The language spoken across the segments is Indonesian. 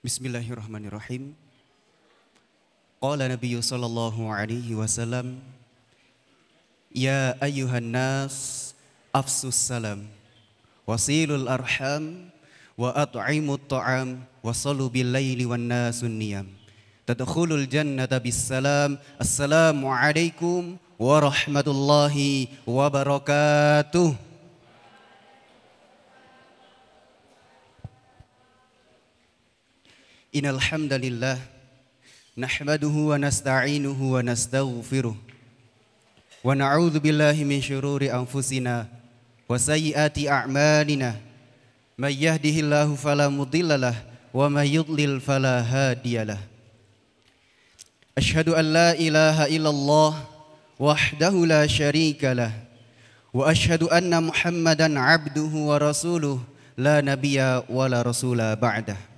Bismillahirrahmanirrahim. Qala Nabi sallallahu alaihi wasallam, ya ayyuhan nas afsus salam wasilul arham wa at'imut ta'am wa sallu bil laili wan nasun niyam tadkhulul jannata bis salam. Assalamu alaikum warahmatullahi wabarakatuh. Innal hamdalillah nahmaduhu wa nasta'inuhu wa nastaghfiruh wa na'udzu billahi min syururi anfusina wa sayyiati a'malina. May yahdihillahu fala mudhillalah wa may yudlil fala hadiyalah. Asyhadu an la ilaha illallah wahdahu la syarikalah wa asyhadu anna Muhammadan 'abduhu wa rasuluh la nabiyya wa la rasula ba'dah.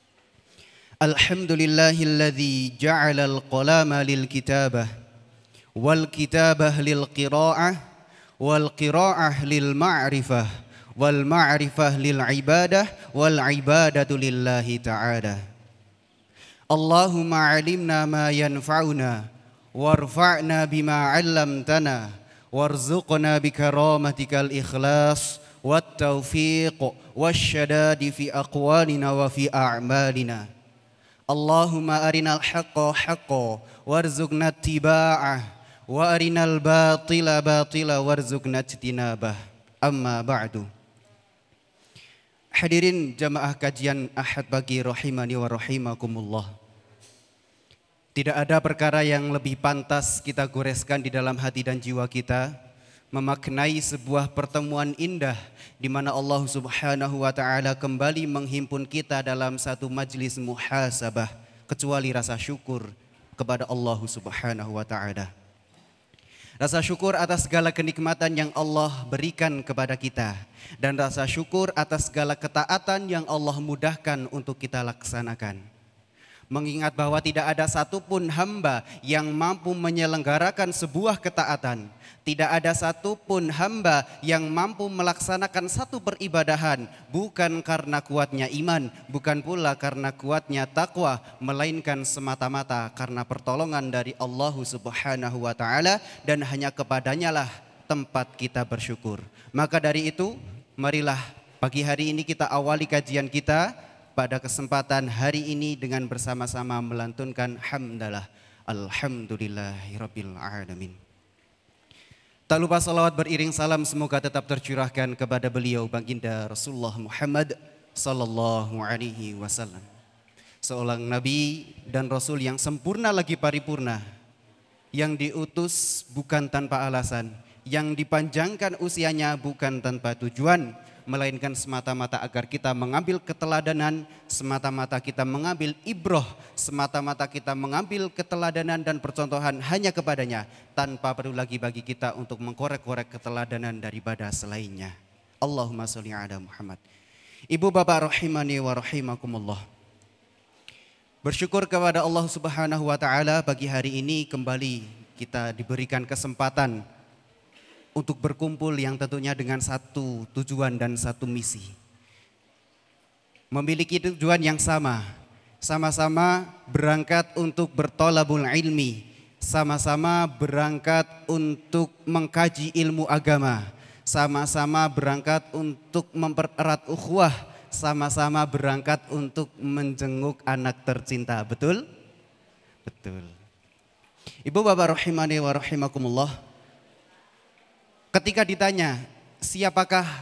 Alhamdulillahilladzi ja'alal qalama lil kitabah wal kitabah lil qira'ah wal qira'ah lil ma'rifah wal ma'rifah lil ibadah wal ibadatu lillahi ta'ala. Allahumma 'allimna ma yanfa'una warfa'na bima 'allamtana warzuqna bikaramatikal ikhlas wat taufiq wasyadadi fi aqwalina wa fi a'malina. Allahumma arinal haqqa haqqa warzuqna ittiba'ah wa arinal batila batila warzuqna ijtinabah. Amma ba'du. Hadirin jamaah kajian Ahad pagi rahimani wa rahimakumullah. Tidak ada perkara yang lebih pantas kita goreskan di dalam hati dan jiwa kita, memaknai sebuah pertemuan indah di mana Allah Subhanahu wa taala kembali menghimpun kita dalam satu majlis muhasabah, kecuali rasa syukur kepada Allah Subhanahu wa taala. Rasa syukur atas segala kenikmatan yang Allah berikan kepada kita dan rasa syukur atas segala ketaatan yang Allah mudahkan untuk kita laksanakan. Mengingat bahwa tidak ada satupun hamba yang mampu menyelenggarakan sebuah ketaatan. Tidak ada satupun hamba yang mampu melaksanakan satu peribadahan bukan karena kuatnya iman, bukan pula karena kuatnya takwa, melainkan semata-mata karena pertolongan dari Allah Subhanahu wa taala, dan hanya kepadanya lah tempat kita bersyukur. Maka dari itu, marilah pagi hari ini kita awali kajian kita pada kesempatan hari ini dengan bersama-sama melantunkan hamdalah alhamdulillahirabbil alamin. Tak lupa salawat beriring salam semoga tetap tercurahkan kepada beliau baginda Rasulullah Muhammad sallallahu alaihi wasallam. Seorang nabi dan rasul yang sempurna lagi paripurna, yang diutus bukan tanpa alasan, yang dipanjangkan usianya bukan tanpa tujuan, melainkan semata-mata agar kita mengambil keteladanan, semata-mata kita mengambil ibroh, semata-mata kita mengambil keteladanan dan percontohan hanya kepadanya, tanpa perlu lagi bagi kita untuk mengkorek-korek keteladanan daripada selainnya. Allahumma sholli ala Muhammad. Ibu bapak rahimani wa rahimakumullah. Bersyukur kepada Allah Subhanahu wa taala pagi hari ini kembali kita diberikan kesempatan untuk berkumpul yang tentunya dengan satu tujuan dan satu misi. Memiliki tujuan yang sama, sama-sama berangkat untuk bertolabul ilmi, sama-sama berangkat untuk mengkaji ilmu agama, sama-sama berangkat untuk mempererat ukhuwah, sama-sama berangkat untuk menjenguk anak tercinta. Betul? Betul. Ibu bapak rahimani wa rahimakumullah. Ketika ditanya siapakah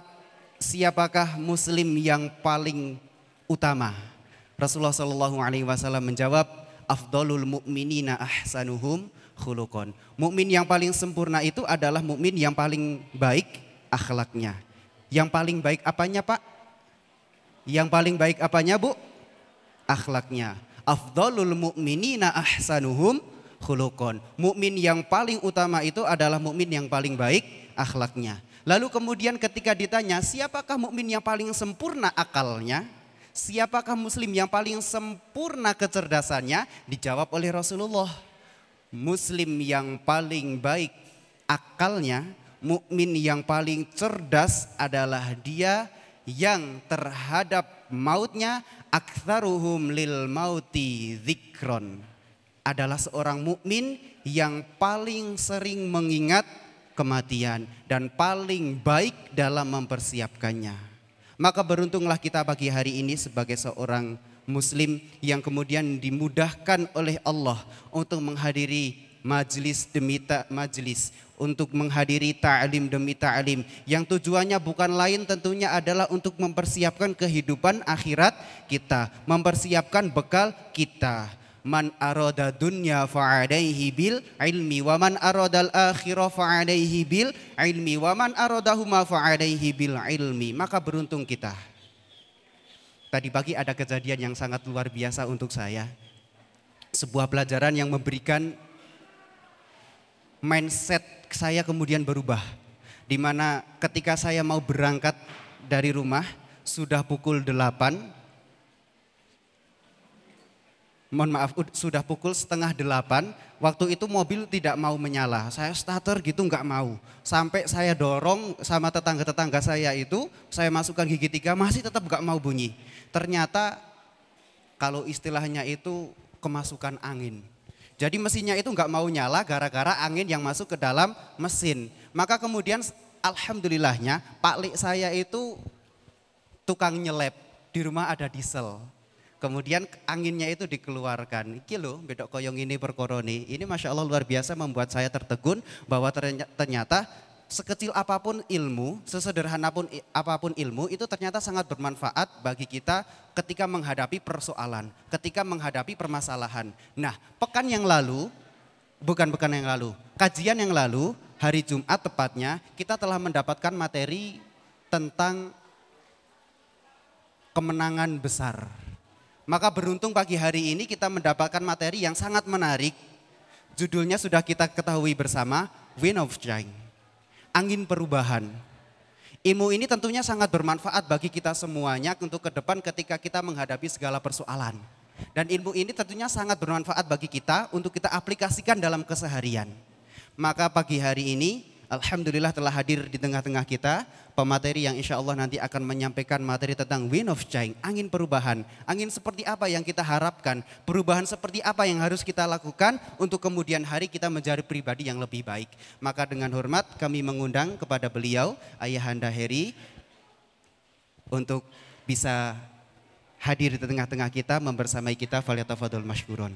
muslim yang paling utama, Rasulullah Shallallahu Alaihi Wasallam menjawab, afdolul mu'minina ahsanuhum khuluqan. Mukmin yang paling sempurna itu adalah mukmin yang paling baik akhlaknya. Yang paling baik apanya Pak? Yang paling baik apanya Bu? Akhlaknya. Afdolul mu'minina ahsanuhum khuluqan. Mukmin yang paling utama itu adalah mukmin yang paling baik akhlaknya. Lalu kemudian ketika ditanya siapakah mukmin yang paling sempurna akalnya, siapakah muslim yang paling sempurna kecerdasannya, dijawab oleh Rasulullah, muslim yang paling baik akalnya, mukmin yang paling cerdas adalah dia yang terhadap mautnya Aktsaruhum lil mauti dzikron, adalah seorang mukmin yang paling sering mengingat kematian dan paling baik dalam mempersiapkannya. Maka beruntunglah kita pagi hari ini sebagai seorang muslim yang kemudian dimudahkan oleh Allah untuk menghadiri majelis demi majelis, untuk menghadiri ta'lim demi ta'lim, yang tujuannya bukan lain tentunya adalah untuk mempersiapkan kehidupan akhirat kita, mempersiapkan bekal kita. Man arada dunya fa'alaihi bil ilmi wa man aradal akhirah fa'alaihi bil ilmi wa man aradahuma fa'alaihi bil ilmi. Maka beruntung kita. Tadi pagi ada kejadian yang sangat luar biasa untuk saya. Sebuah pelajaran yang memberikan mindset saya kemudian berubah. Di mana ketika saya mau berangkat dari rumah sudah pukul 8, mohon maaf sudah pukul setengah 8, waktu itu mobil tidak mau menyala. Saya starter gitu nggak mau. Sampai saya dorong sama tetangga-tetangga saya itu, saya masukkan gigi 3 masih tetap nggak mau bunyi. Ternyata kalau istilahnya itu kemasukan angin. Jadi mesinnya itu nggak mau nyala gara-gara angin yang masuk ke dalam mesin. Maka kemudian alhamdulillahnya Pak Lik saya itu tukang nyelep, di rumah ada diesel. Kemudian anginnya itu dikeluarkan. Iki lho bedok koyong ini perkoroni. Ini Masya Allah luar biasa membuat saya tertegun bahwa ternyata sekecil apapun ilmu, sesederhana pun apapun ilmu itu ternyata sangat bermanfaat bagi kita ketika menghadapi persoalan, ketika menghadapi permasalahan. Nah, pekan yang lalu, kajian yang lalu, hari Jumat tepatnya, kita telah mendapatkan materi tentang kemenangan besar. Maka beruntung pagi hari ini kita mendapatkan materi yang sangat menarik. Judulnya sudah kita ketahui bersama, Wind of Change. Angin perubahan. Ilmu ini tentunya sangat bermanfaat bagi kita semuanya untuk ke depan ketika kita menghadapi segala persoalan. Dan ilmu ini tentunya sangat bermanfaat bagi kita untuk kita aplikasikan dalam keseharian. Maka pagi hari ini alhamdulillah telah hadir di tengah-tengah kita pemateri yang insya Allah nanti akan menyampaikan materi tentang wind of change, angin perubahan. Angin seperti apa yang kita harapkan, perubahan seperti apa yang harus kita lakukan untuk kemudian hari kita menjadi pribadi yang lebih baik. Maka dengan hormat kami mengundang kepada beliau Ayahanda Heri untuk bisa hadir di tengah-tengah kita membersamai kita. Falyatafadhol mashkuron.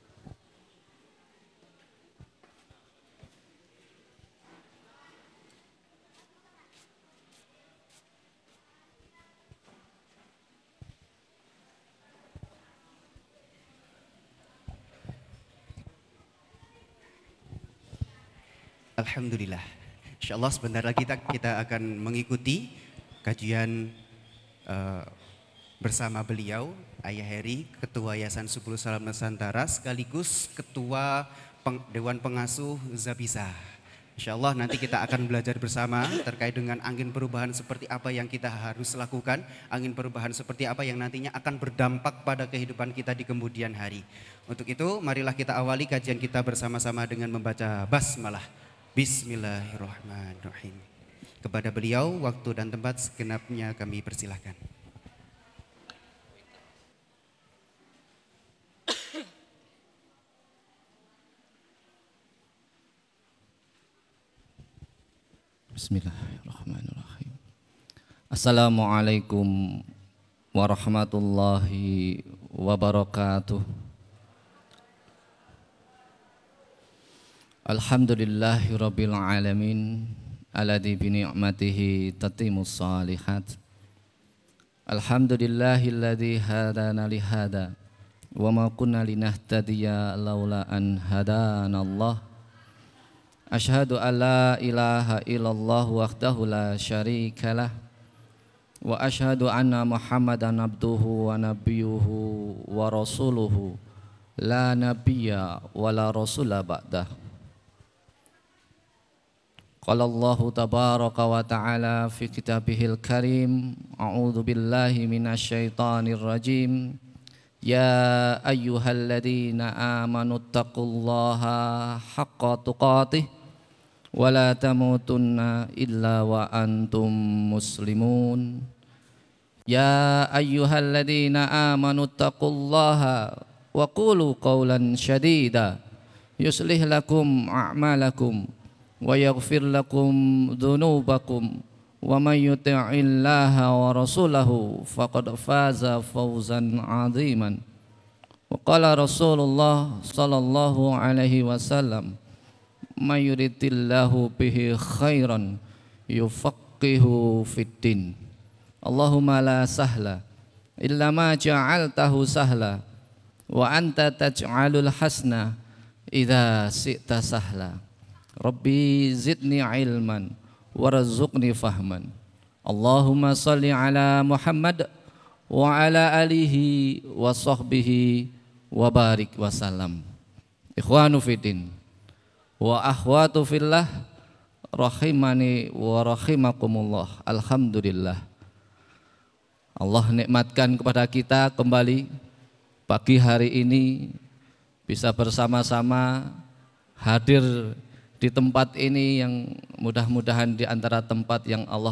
Alhamdulillah. Insyaallah sebentar lagi kita akan mengikuti kajian bersama beliau, Ayah Heri, Ketua Yayasan Subul Salam Nusantara sekaligus Ketua Dewan Pengasuh Zabisa. Insyaallah nanti kita akan belajar bersama terkait dengan angin perubahan seperti apa yang kita harus lakukan, angin perubahan seperti apa yang nantinya akan berdampak pada kehidupan kita di kemudian hari. Untuk itu marilah kita awali kajian kita bersama-sama dengan membaca basmalah. Bismillahirrahmanirrahim. Kepada beliau waktu dan tempat segenapnya kami persilahkan. Bismillahirrahmanirrahim. Assalamualaikum warahmatullahi wabarakatuh. Alhamdulillahi rabbil alamin alladzi bi ni'matihi tatimmus shalihat. Alhamdulillahilladzi hadana li hada wa ma kunna linahtadiya laula an hadanallah. Asyhadu an la ilaha illallah wahdahu la syarikalah wa asyhadu anna Muhammadan abduhu wa nabiyyuhu wa rasuluhu la nabiyya wa la rasula ba'dah. Qala Allahu tabaraka wa ta'ala fi kitabihil karim, a'udzu billahi minasyaitonir rajim. Ya ayyuhalladzina amanu taqullaha haqqa tuqatih wa la tamutunna illa wa antum muslimun. يا أيها الذين آمنوا اتقوا الله وقولوا قولا شديدا يصلح لكم أعمالكم ويغفر لكم ذنوبكم ومن يطع الله ورسوله فقد فاز فوزا عظيما وقال رسول الله صلى الله عليه وسلم من يرد الله به خيرا يفقه في الدين اللهم لا سهل إلا ما جعلته سهلا وأنت تجعل الحسن إذا شئت سهلا ربي زدني علما warzuqni fahman Allahumma salli ala Muhammad wa ala alihi wa sahbihi wa barik wa salam. Ikhwanu fiddin wa akhwatu fillah rahimani wa rahimakumullah. Alhamdulillah Allah nikmatkan kepada kita kembali pagi hari ini bisa bersama-sama hadir di tempat ini yang mudah-mudahan di antara tempat yang Allah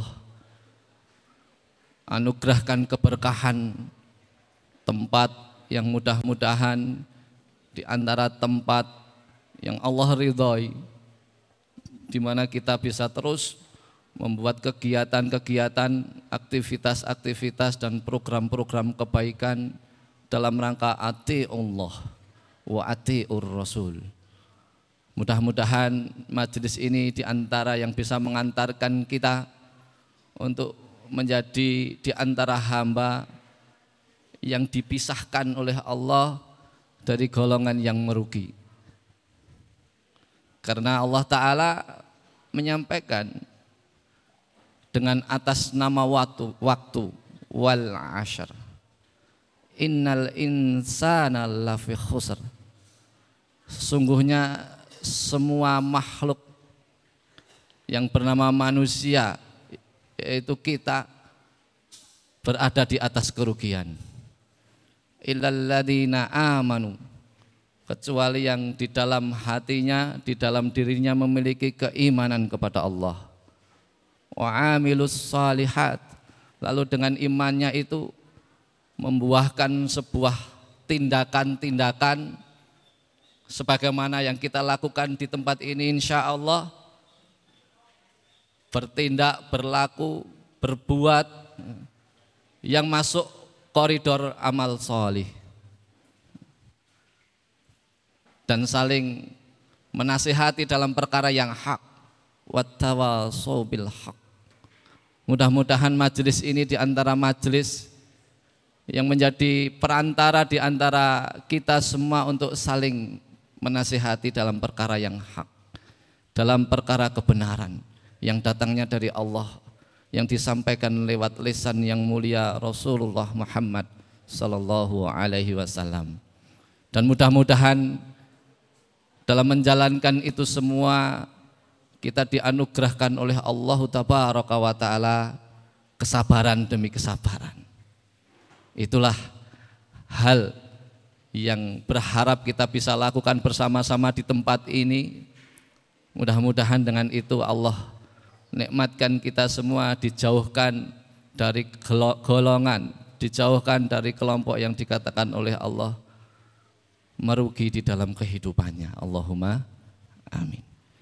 anugerahkan keberkahan, tempat yang mudah-mudahan di antara tempat yang Allah ridhoi, di mana kita bisa terus membuat kegiatan-kegiatan, aktivitas-aktivitas dan program-program kebaikan dalam rangka ati'ullah wa ati'ur rasul. Mudah-mudahan majelis ini di antara yang bisa mengantarkan kita untuk menjadi di antara hamba yang dipisahkan oleh Allah dari golongan yang merugi. Karena Allah Ta'ala menyampaikan dengan atas nama waktu wal ashar. Innal insana lafi khusr. Sesungguhnya semua makhluk yang bernama manusia, yaitu kita, berada di atas kerugian. Illalladzina amanu, kecuali yang di dalam hatinya, di dalam dirinya memiliki keimanan kepada Allah. Wa amilus salihat, lalu dengan imannya itu membuahkan sebuah tindakan-tindakan sebagaimana yang kita lakukan di tempat ini, insya Allah bertindak, berlaku, berbuat yang masuk koridor amal sholih dan saling menasihati dalam perkara yang hak, wattawasau bil haq. Mudah-mudahan majelis ini di antara majelis yang menjadi perantara di antara kita semua untuk saling menasihati dalam perkara yang hak, dalam perkara kebenaran yang datangnya dari Allah, yang disampaikan lewat lisan yang mulia Rasulullah Muhammad sallallahu alaihi wasallam. Dan mudah-mudahan dalam menjalankan itu semua kita dianugerahkan oleh Allah tabaraka wa taala kesabaran demi kesabaran. Itulah hal yang berharap kita bisa lakukan bersama-sama di tempat ini. Mudah-mudahan dengan itu Allah nikmatkan kita semua, dijauhkan dari golongan, dijauhkan dari kelompok yang dikatakan oleh Allah merugi di dalam kehidupannya. Allahumma amin.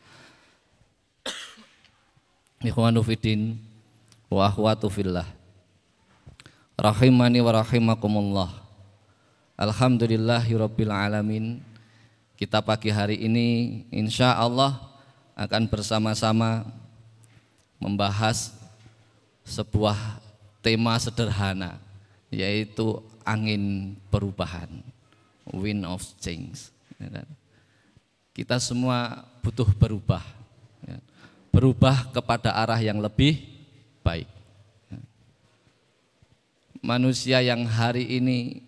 Ikhwanu fiddin wa akhwatu fillah rahimani wa rahimakumullah. Alhamdulillahirabbil alamin. Kita pagi hari ini insya Allah akan bersama-sama membahas sebuah tema sederhana, yaitu angin perubahan, wind of change. Kita semua butuh berubah, berubah kepada arah yang lebih baik. Manusia yang hari ini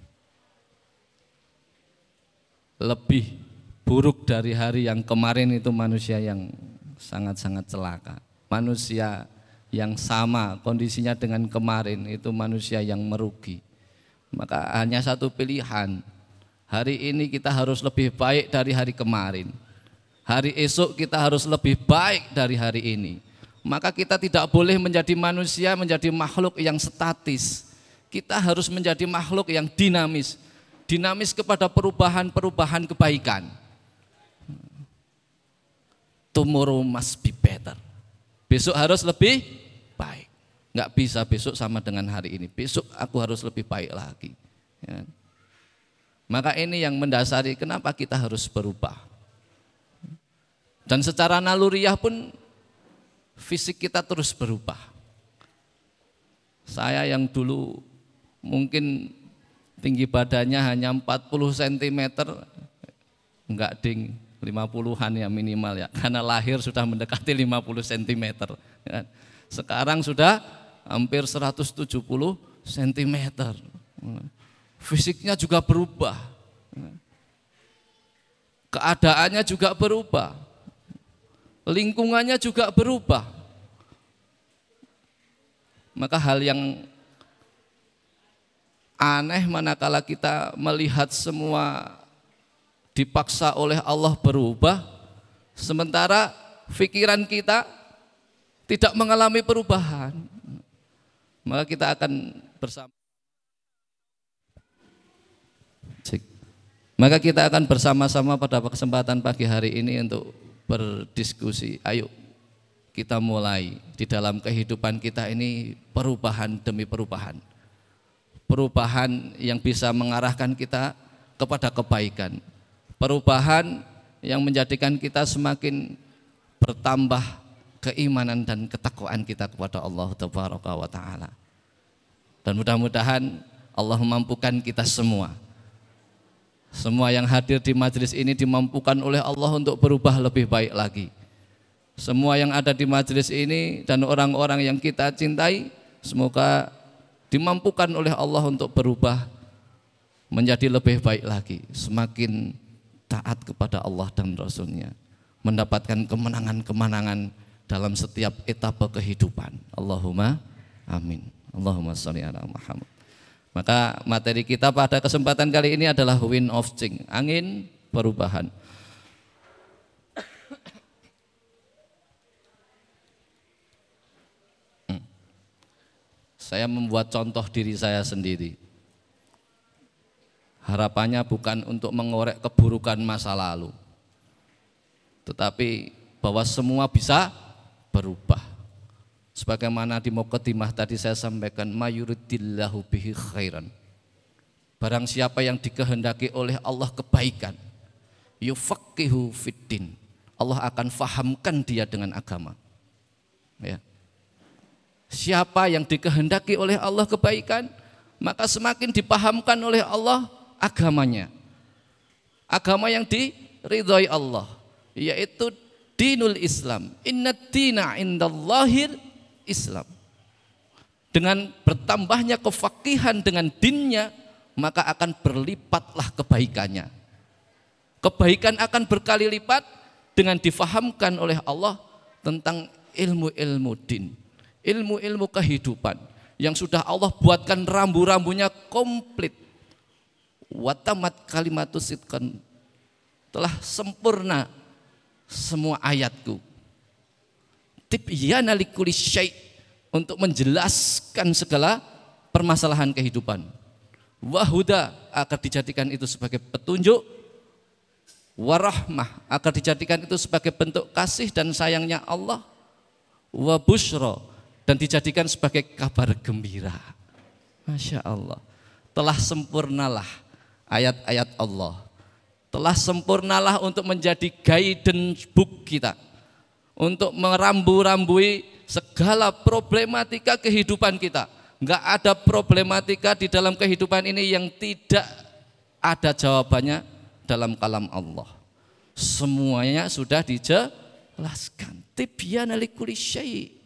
lebih buruk dari hari yang kemarin itu manusia yang sangat-sangat celaka. Manusia yang sama kondisinya dengan kemarin itu manusia yang merugi. Maka hanya satu pilihan, hari ini kita harus lebih baik dari hari kemarin. Hari esok kita harus lebih baik dari hari ini. maka kita tidak boleh menjadi manusia, menjadi makhluk yang statis. Kita harus menjadi makhluk yang dinamis. Dinamis kepada perubahan-perubahan kebaikan. Tomorrow must be better. Besok harus lebih baik. Enggak bisa besok sama dengan hari ini. Besok aku harus lebih baik lagi. Ya. Maka ini yang mendasari kenapa kita harus berubah. Dan secara naluriah pun fisik kita terus berubah. Saya yang dulu mungkin tinggi badannya hanya 40 cm, enggak ding, 50-an ya minimal ya, karena lahir sudah mendekati 50 cm. Sekarang sudah hampir 170 cm. Fisiknya juga berubah, keadaannya juga berubah, lingkungannya juga berubah. Maka hal yang aneh manakala kita melihat semua dipaksa oleh Allah berubah, sementara pikiran kita tidak mengalami perubahan. Maka kita akan bersama. Maka kita akan bersama-sama pada kesempatan pagi hari ini untuk berdiskusi. Ayo kita mulai di dalam kehidupan kita ini perubahan demi perubahan. Perubahan yang bisa mengarahkan kita kepada kebaikan. Perubahan yang menjadikan kita semakin bertambah keimanan dan ketakwaan kita kepada Allah Tabaraka wa Ta'ala. Dan mudah-mudahan Allah memampukan kita semua yang hadir di majelis ini dimampukan oleh Allah untuk berubah lebih baik lagi. Semua yang ada di majelis ini dan orang-orang yang kita cintai, semoga dimampukan oleh Allah untuk berubah menjadi lebih baik lagi, semakin taat kepada Allah dan Rasul-Nya, mendapatkan kemenangan-kemenangan dalam setiap etapa kehidupan. Allahumma amin. Allahumma sholli ala Muhammad. Maka materi kita pada kesempatan kali ini adalah wind of change, angin perubahan. Saya membuat contoh diri saya sendiri. Harapannya bukan untuk mengorek keburukan masa lalu, tetapi bahwa semua bisa berubah. Sebagaimana di Muqaddimah tadi saya sampaikan, mayuridillahu bihi khairan. Barang siapa yang dikehendaki oleh Allah kebaikan, yufaqihu fiddin, Allah akan fahamkan dia dengan agama. Ya. Siapa yang dikehendaki oleh Allah kebaikan, maka semakin dipahamkan oleh Allah agamanya. Agama yang diridhai Allah, yaitu dinul Islam. Innad dina indallahil Islam. Dengan bertambahnya kefakihan dengan dinnya, maka akan berlipatlah kebaikannya. Kebaikan akan berkali lipat dengan difahamkan oleh Allah tentang ilmu-ilmu din, ilmu-ilmu kehidupan yang sudah Allah buatkan rambu-rambunya komplit. Watamat kalimatus sidqan, telah sempurna semua ayatku. Tibyana likulli syai', untuk menjelaskan segala permasalahan kehidupan. Wahuda, akan dijadikan itu sebagai petunjuk. Warahmah, akan dijadikan itu sebagai bentuk kasih dan sayangnya Allah. Wabushra, dan dijadikan sebagai kabar gembira. Masya Allah, telah sempurnalah ayat-ayat Allah. Telah sempurnalah untuk menjadi guidance book kita, untuk merambu-rambui segala problematika kehidupan kita. Enggak ada problematika di dalam kehidupan ini yang tidak ada jawabannya dalam kalam Allah. Semuanya sudah dijelaskan. Tibyana likulli syai'.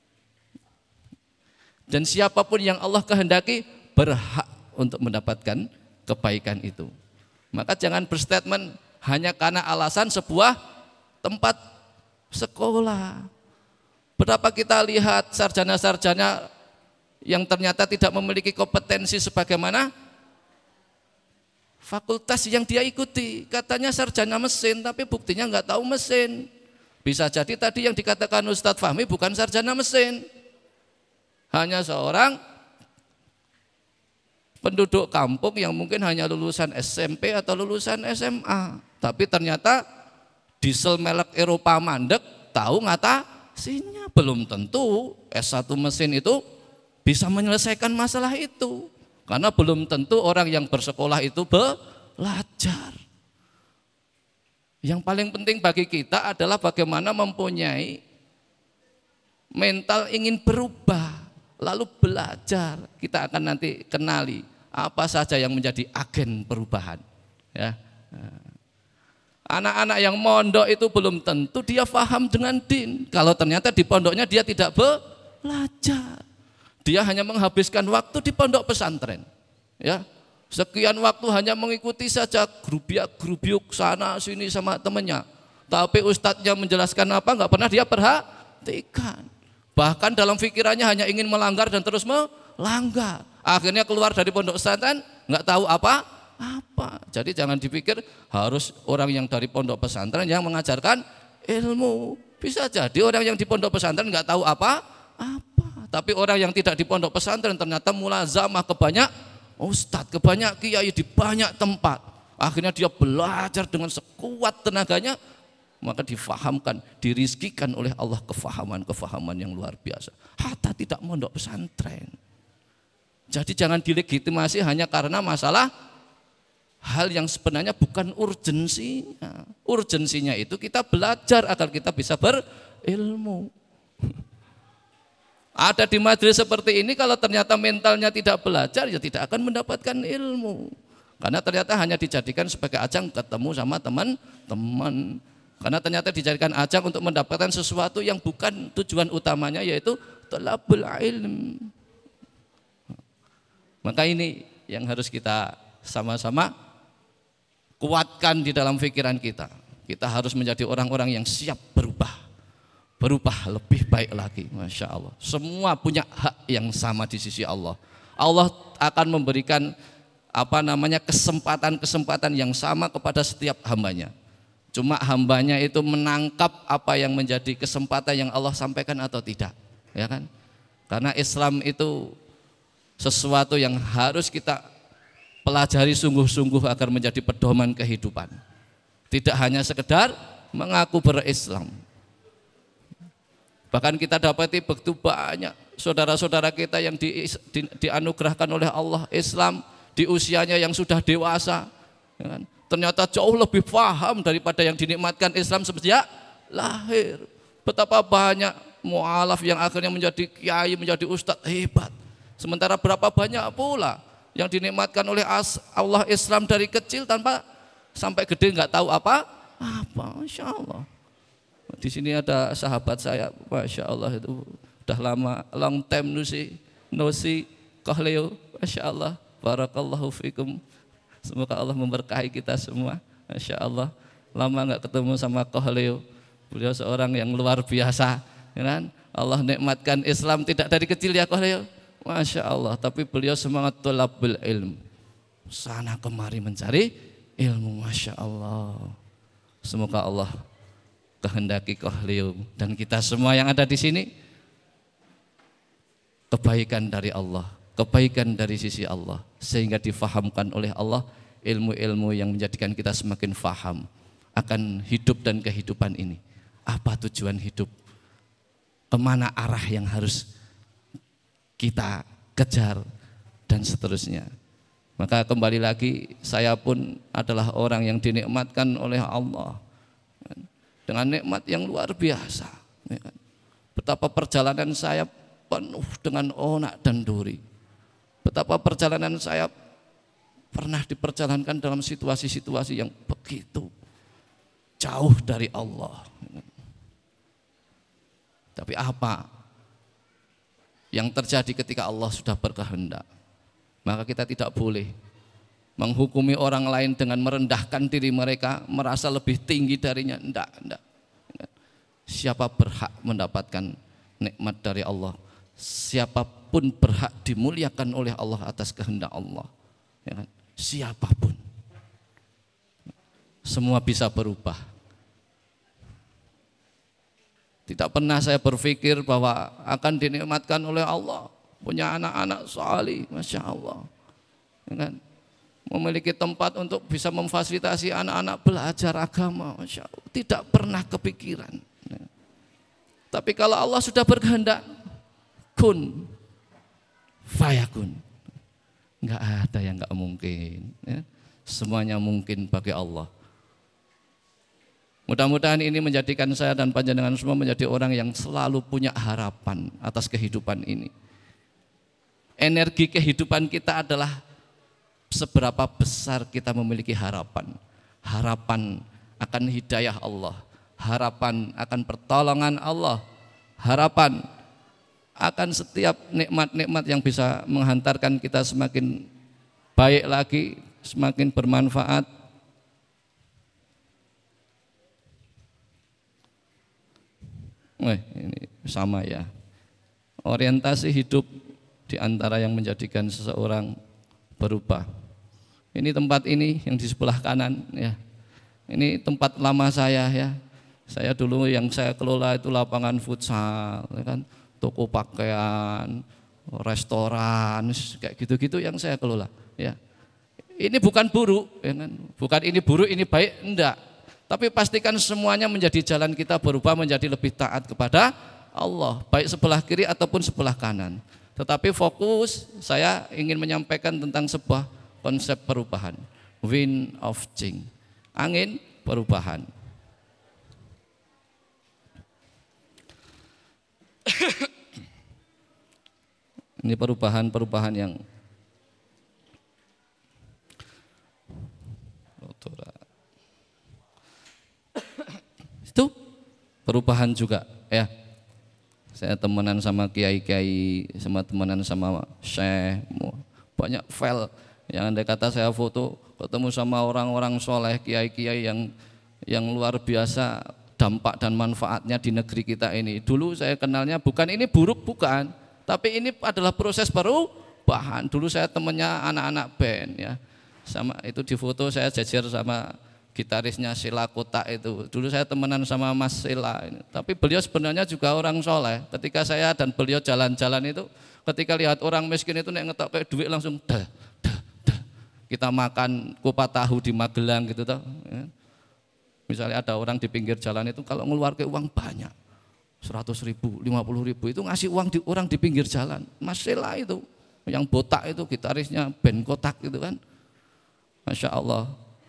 Dan siapapun yang Allah kehendaki berhak untuk mendapatkan kebaikan itu. Maka jangan berstatement hanya karena alasan sebuah tempat sekolah. Berapa kita lihat sarjana-sarjana yang ternyata tidak memiliki kompetensi sebagaimana fakultas yang dia ikuti. Katanya sarjana mesin, tapi buktinya nggak tahu mesin. Bisa jadi tadi yang dikatakan Ustadz Fahmi bukan sarjana mesin, hanya seorang penduduk kampung yang mungkin hanya lulusan SMP atau lulusan SMA, tapi ternyata diesel merek Eropa mandek, tahu ngatasinya. Belum tentu S1 mesin itu bisa menyelesaikan masalah itu, karena belum tentu orang yang bersekolah itu belajar. Yang paling penting bagi kita adalah bagaimana mempunyai mental ingin berubah, lalu belajar. Kita akan nanti kenali apa saja yang menjadi agen perubahan. Ya. Anak-anak yang mondok itu belum tentu dia paham dengan din. Kalau ternyata di pondoknya dia tidak belajar, dia hanya menghabiskan waktu di pondok pesantren. Ya. Sekian waktu hanya mengikuti saja grubiak-grubiuk sana sini sama temannya. Tapi ustadznya menjelaskan apa enggak pernah dia perhatikan. Bahkan dalam pikirannya hanya ingin melanggar dan terus melanggar. Akhirnya keluar dari pondok pesantren enggak tahu apa-apa. Jadi jangan dipikir harus orang yang dari pondok pesantren yang mengajarkan ilmu. Bisa jadi orang yang di pondok pesantren enggak tahu apa-apa. Tapi orang yang tidak di pondok pesantren ternyata mulazamah kebanyak ustadz, kebanyak kiai di banyak tempat, akhirnya dia belajar dengan sekuat tenaganya, maka difahamkan, dirizkikan oleh Allah kefahaman yang luar biasa. Hatta tidak mondok pesantren. Jadi jangan dilegitimasi hanya karena masalah hal yang sebenarnya bukan urgensinya. Urgensinya itu kita belajar agar kita bisa berilmu. Ada di majelis seperti ini, kalau ternyata mentalnya tidak belajar, ya tidak akan mendapatkan ilmu. Karena ternyata hanya dijadikan sebagai ajang ketemu sama teman-teman. Karena ternyata dijadikan ajang untuk mendapatkan sesuatu yang bukan tujuan utamanya, yaitu thalabul ilm. Maka ini yang harus kita sama-sama kuatkan di dalam pikiran kita. Kita harus menjadi orang-orang yang siap berubah lebih baik lagi. Masya Allah, semua punya hak yang sama di sisi Allah. Allah akan memberikan kesempatan yang sama kepada setiap hambanya. Cuma hambanya itu menangkap apa yang menjadi kesempatan yang Allah sampaikan atau tidak, ya kan? Karena Islam itu sesuatu yang harus kita pelajari sungguh-sungguh agar menjadi pedoman kehidupan. Tidak hanya sekedar mengaku berislam. Bahkan kita dapati begitu banyak saudara-saudara kita yang dianugerahkan oleh Allah Islam di usianya yang sudah dewasa, ya kan? Ternyata jauh lebih paham daripada yang dinikmatkan Islam sejak lahir. Betapa banyak mu'alaf yang akhirnya menjadi kiai, menjadi ustadz hebat. Sementara berapa banyak pula yang dinikmatkan oleh Allah Islam dari kecil tanpa sampai gede nggak tahu apa-apa. Masya Allah. Di sini ada sahabat saya, Masya Allah, itu udah lama, long time no see Kohleo, Masya Allah, barakallahu fikum. Semoga Allah memberkahi kita semua. Masya Allah, lama nggak ketemu sama Kohleo. Beliau seorang yang luar biasa, ya kan? Allah nikmatkan Islam tidak dari kecil ya Kohleo, Masya Allah. Tapi beliau semangat thalabul ilm, sana kemari mencari ilmu, Masya Allah. Semoga Allah kehendaki Kohleo dan kita semua yang ada di sini kebaikan dari Allah, kebaikan dari sisi Allah, sehingga difahamkan oleh Allah ilmu-ilmu yang menjadikan kita semakin faham akan hidup dan kehidupan ini. Apa tujuan hidup? Kemana arah yang harus kita kejar dan seterusnya. Maka kembali lagi, saya pun adalah orang yang dinikmatkan oleh Allah dengan nikmat yang luar biasa. Betapa perjalanan saya penuh dengan onak dan duri. Betapa perjalanan saya pernah diperjalankan dalam situasi-situasi yang begitu jauh dari Allah. Tapi apa yang terjadi ketika Allah sudah berkehendak? Maka kita tidak boleh menghukumi orang lain dengan merendahkan diri mereka, merasa lebih tinggi darinya. Enggak. Siapa berhak mendapatkan nikmat dari Allah, siapapun berhak dimuliakan oleh Allah atas kehendak Allah, ya kan? Siapapun, semua bisa berubah. Tidak pernah saya berpikir bahwa akan dinikmatkan oleh Allah punya anak-anak salih, masya Allah, ya kan? Memiliki tempat untuk bisa memfasilitasi anak-anak belajar agama, masya Allah. Tidak pernah kepikiran. Tapi kalau Allah sudah berkehendak, kun fayakun, nggak ada yang nggak mungkin. Ya. Semuanya mungkin bagi Allah. Mudah-mudahan ini menjadikan saya dan panjenengan semua menjadi orang yang selalu punya harapan atas kehidupan ini. Energi kehidupan kita adalah seberapa besar kita memiliki harapan. Harapan akan hidayah Allah, harapan akan pertolongan Allah, harapan akan setiap nikmat-nikmat yang bisa menghantarkan kita semakin baik lagi, semakin bermanfaat. Ini sama ya. Orientasi hidup di antara yang menjadikan seseorang berubah. Ini tempat ini yang di sebelah kanan ya. Ini tempat lama saya ya. Saya dulu yang saya kelola itu lapangan futsal, ya kan, toko pakaian, restoran, kayak gitu-gitu yang saya kelola. Ya. Ini bukan buruk, ya kan? Bukan ini buruk, ini baik, enggak. Tapi pastikan semuanya menjadi jalan kita berubah menjadi lebih taat kepada Allah, baik sebelah kiri ataupun sebelah kanan. Tetapi fokus saya ingin menyampaikan tentang sebuah konsep perubahan, wind of change, angin perubahan. Ini perubahan yang itu perubahan juga ya. Saya temenan sama kiai-kiai, sama temenan sama syekh, banyak file yang andai kata saya foto ketemu sama orang-orang soleh, kiai-kiai yang luar biasa dampak dan manfaatnya di negeri kita ini. Dulu saya kenalnya bukan ini buruk, bukan, tapi ini adalah proses perubahan. Dulu saya temennya anak-anak band ya, sama itu di foto saya jajar sama gitarisnya Sila Kotak itu. Dulu saya temenan sama Mas Sila ini. Tapi beliau sebenarnya juga orang soleh. Ketika saya dan beliau jalan-jalan itu, ketika lihat orang miskin itu nek ngetok kayak duit langsung dah. Kita makan kupat tahu di Magelang gitu toh. Ya. Misalnya ada orang di pinggir jalan itu kalau ngeluarkan uang banyak, 100.000, 50.000 itu ngasih uang orang di pinggir jalan. Mas Sila itu, yang botak itu gitarisnya band Kotak gitu kan. Masya Allah.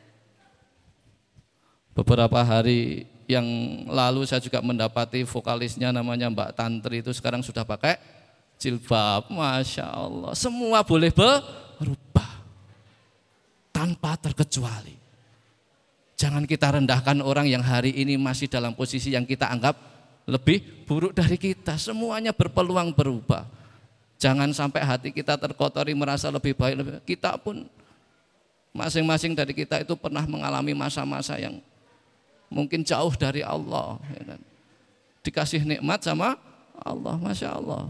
Beberapa hari yang lalu saya juga mendapati vokalisnya namanya Mbak Tantri itu sekarang sudah pakai jilbab. Masya Allah, semua boleh berubah tanpa terkecuali. Jangan kita rendahkan orang yang hari ini masih dalam posisi yang kita anggap lebih buruk dari kita. Semuanya berpeluang berubah. Jangan sampai hati kita terkotori merasa lebih baik. Kita pun masing-masing dari kita itu pernah mengalami masa-masa yang mungkin jauh dari Allah, ya kan? Dikasih nikmat sama Allah, masya Allah.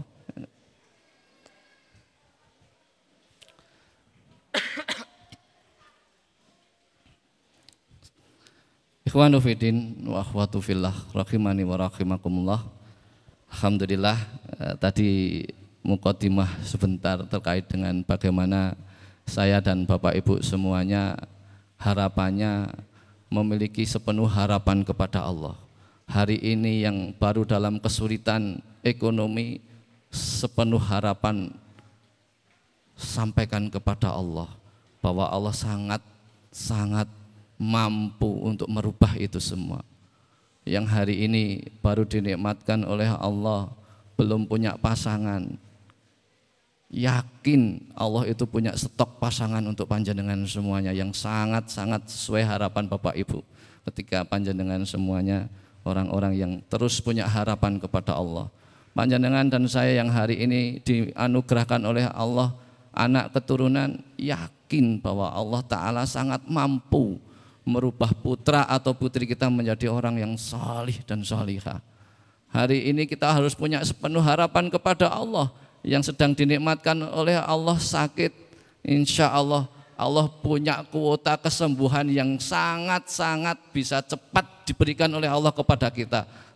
Ikhwanu fiddin wa akhwatu fillah rahimani wa rahimakumullah. Alhamdulillah tadi muqaddimah sebentar terkait dengan bagaimana saya dan Bapak Ibu semuanya harapannya memiliki sepenuh harapan kepada Allah. Hari ini yang baru dalam kesulitan ekonomi, sepenuh harapan sampaikan kepada Allah bahwa Allah sangat mampu untuk merubah itu semua. Yang hari ini baru dinikmatkan oleh Allah, belum punya pasangan, yakin Allah itu punya stok pasangan untuk panjenengan semuanya yang sangat-sangat sesuai harapan Bapak Ibu. Ketika panjenengan semuanya orang-orang yang terus punya harapan kepada Allah. Panjenengan dan saya yang hari ini dianugerahkan oleh Allah anak keturunan, yakin bahwa Allah Ta'ala sangat mampu merubah putra atau putri kita menjadi orang yang salih dan salihah. Hari ini kita harus punya sepenuh harapan kepada Allah. Yang sedang dinikmatkan oleh Allah sakit, insya Allah Allah punya kuota kesembuhan yang sangat-sangat bisa cepat diberikan oleh Allah kepada kita.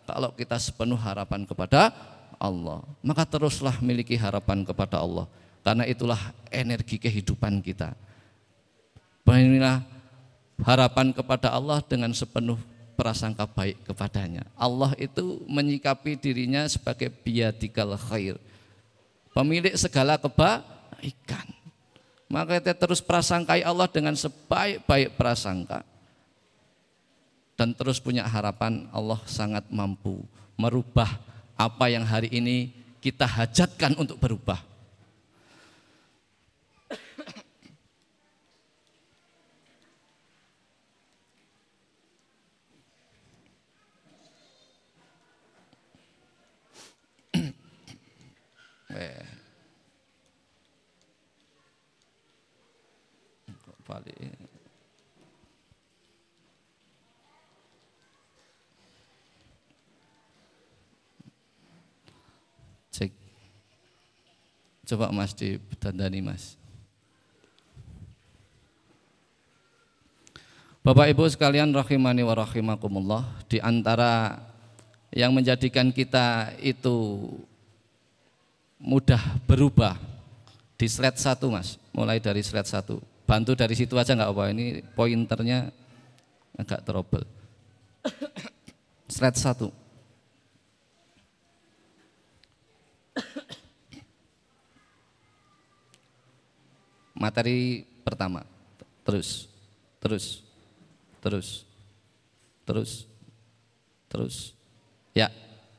kalau kita sepenuh harapan kepada Allah. Maka teruslah miliki harapan kepada Allah, karena itulah energi kehidupan kita. Bangunlah harapan kepada Allah dengan sepenuh prasangka baik kepadanya. Allah itu menyikapi dirinya sebagai biyadikal khair, pemilik segala kebaikan. Maka kita terus prasangkai Allah dengan sebaik-baik prasangka, dan terus punya harapan Allah sangat mampu merubah apa yang hari ini kita hajatkan untuk berubah. Cek. Coba Mas ditandani Mas. Bapak Ibu sekalian rahimani wa rahimakumullah, di antara yang menjadikan kita itu mudah berubah di slide 1 Mas, mulai dari slide 1. Bantu dari situ aja nggak apa, ini pointernya agak trouble. Slide 1. Materi pertama. Terus. Ya.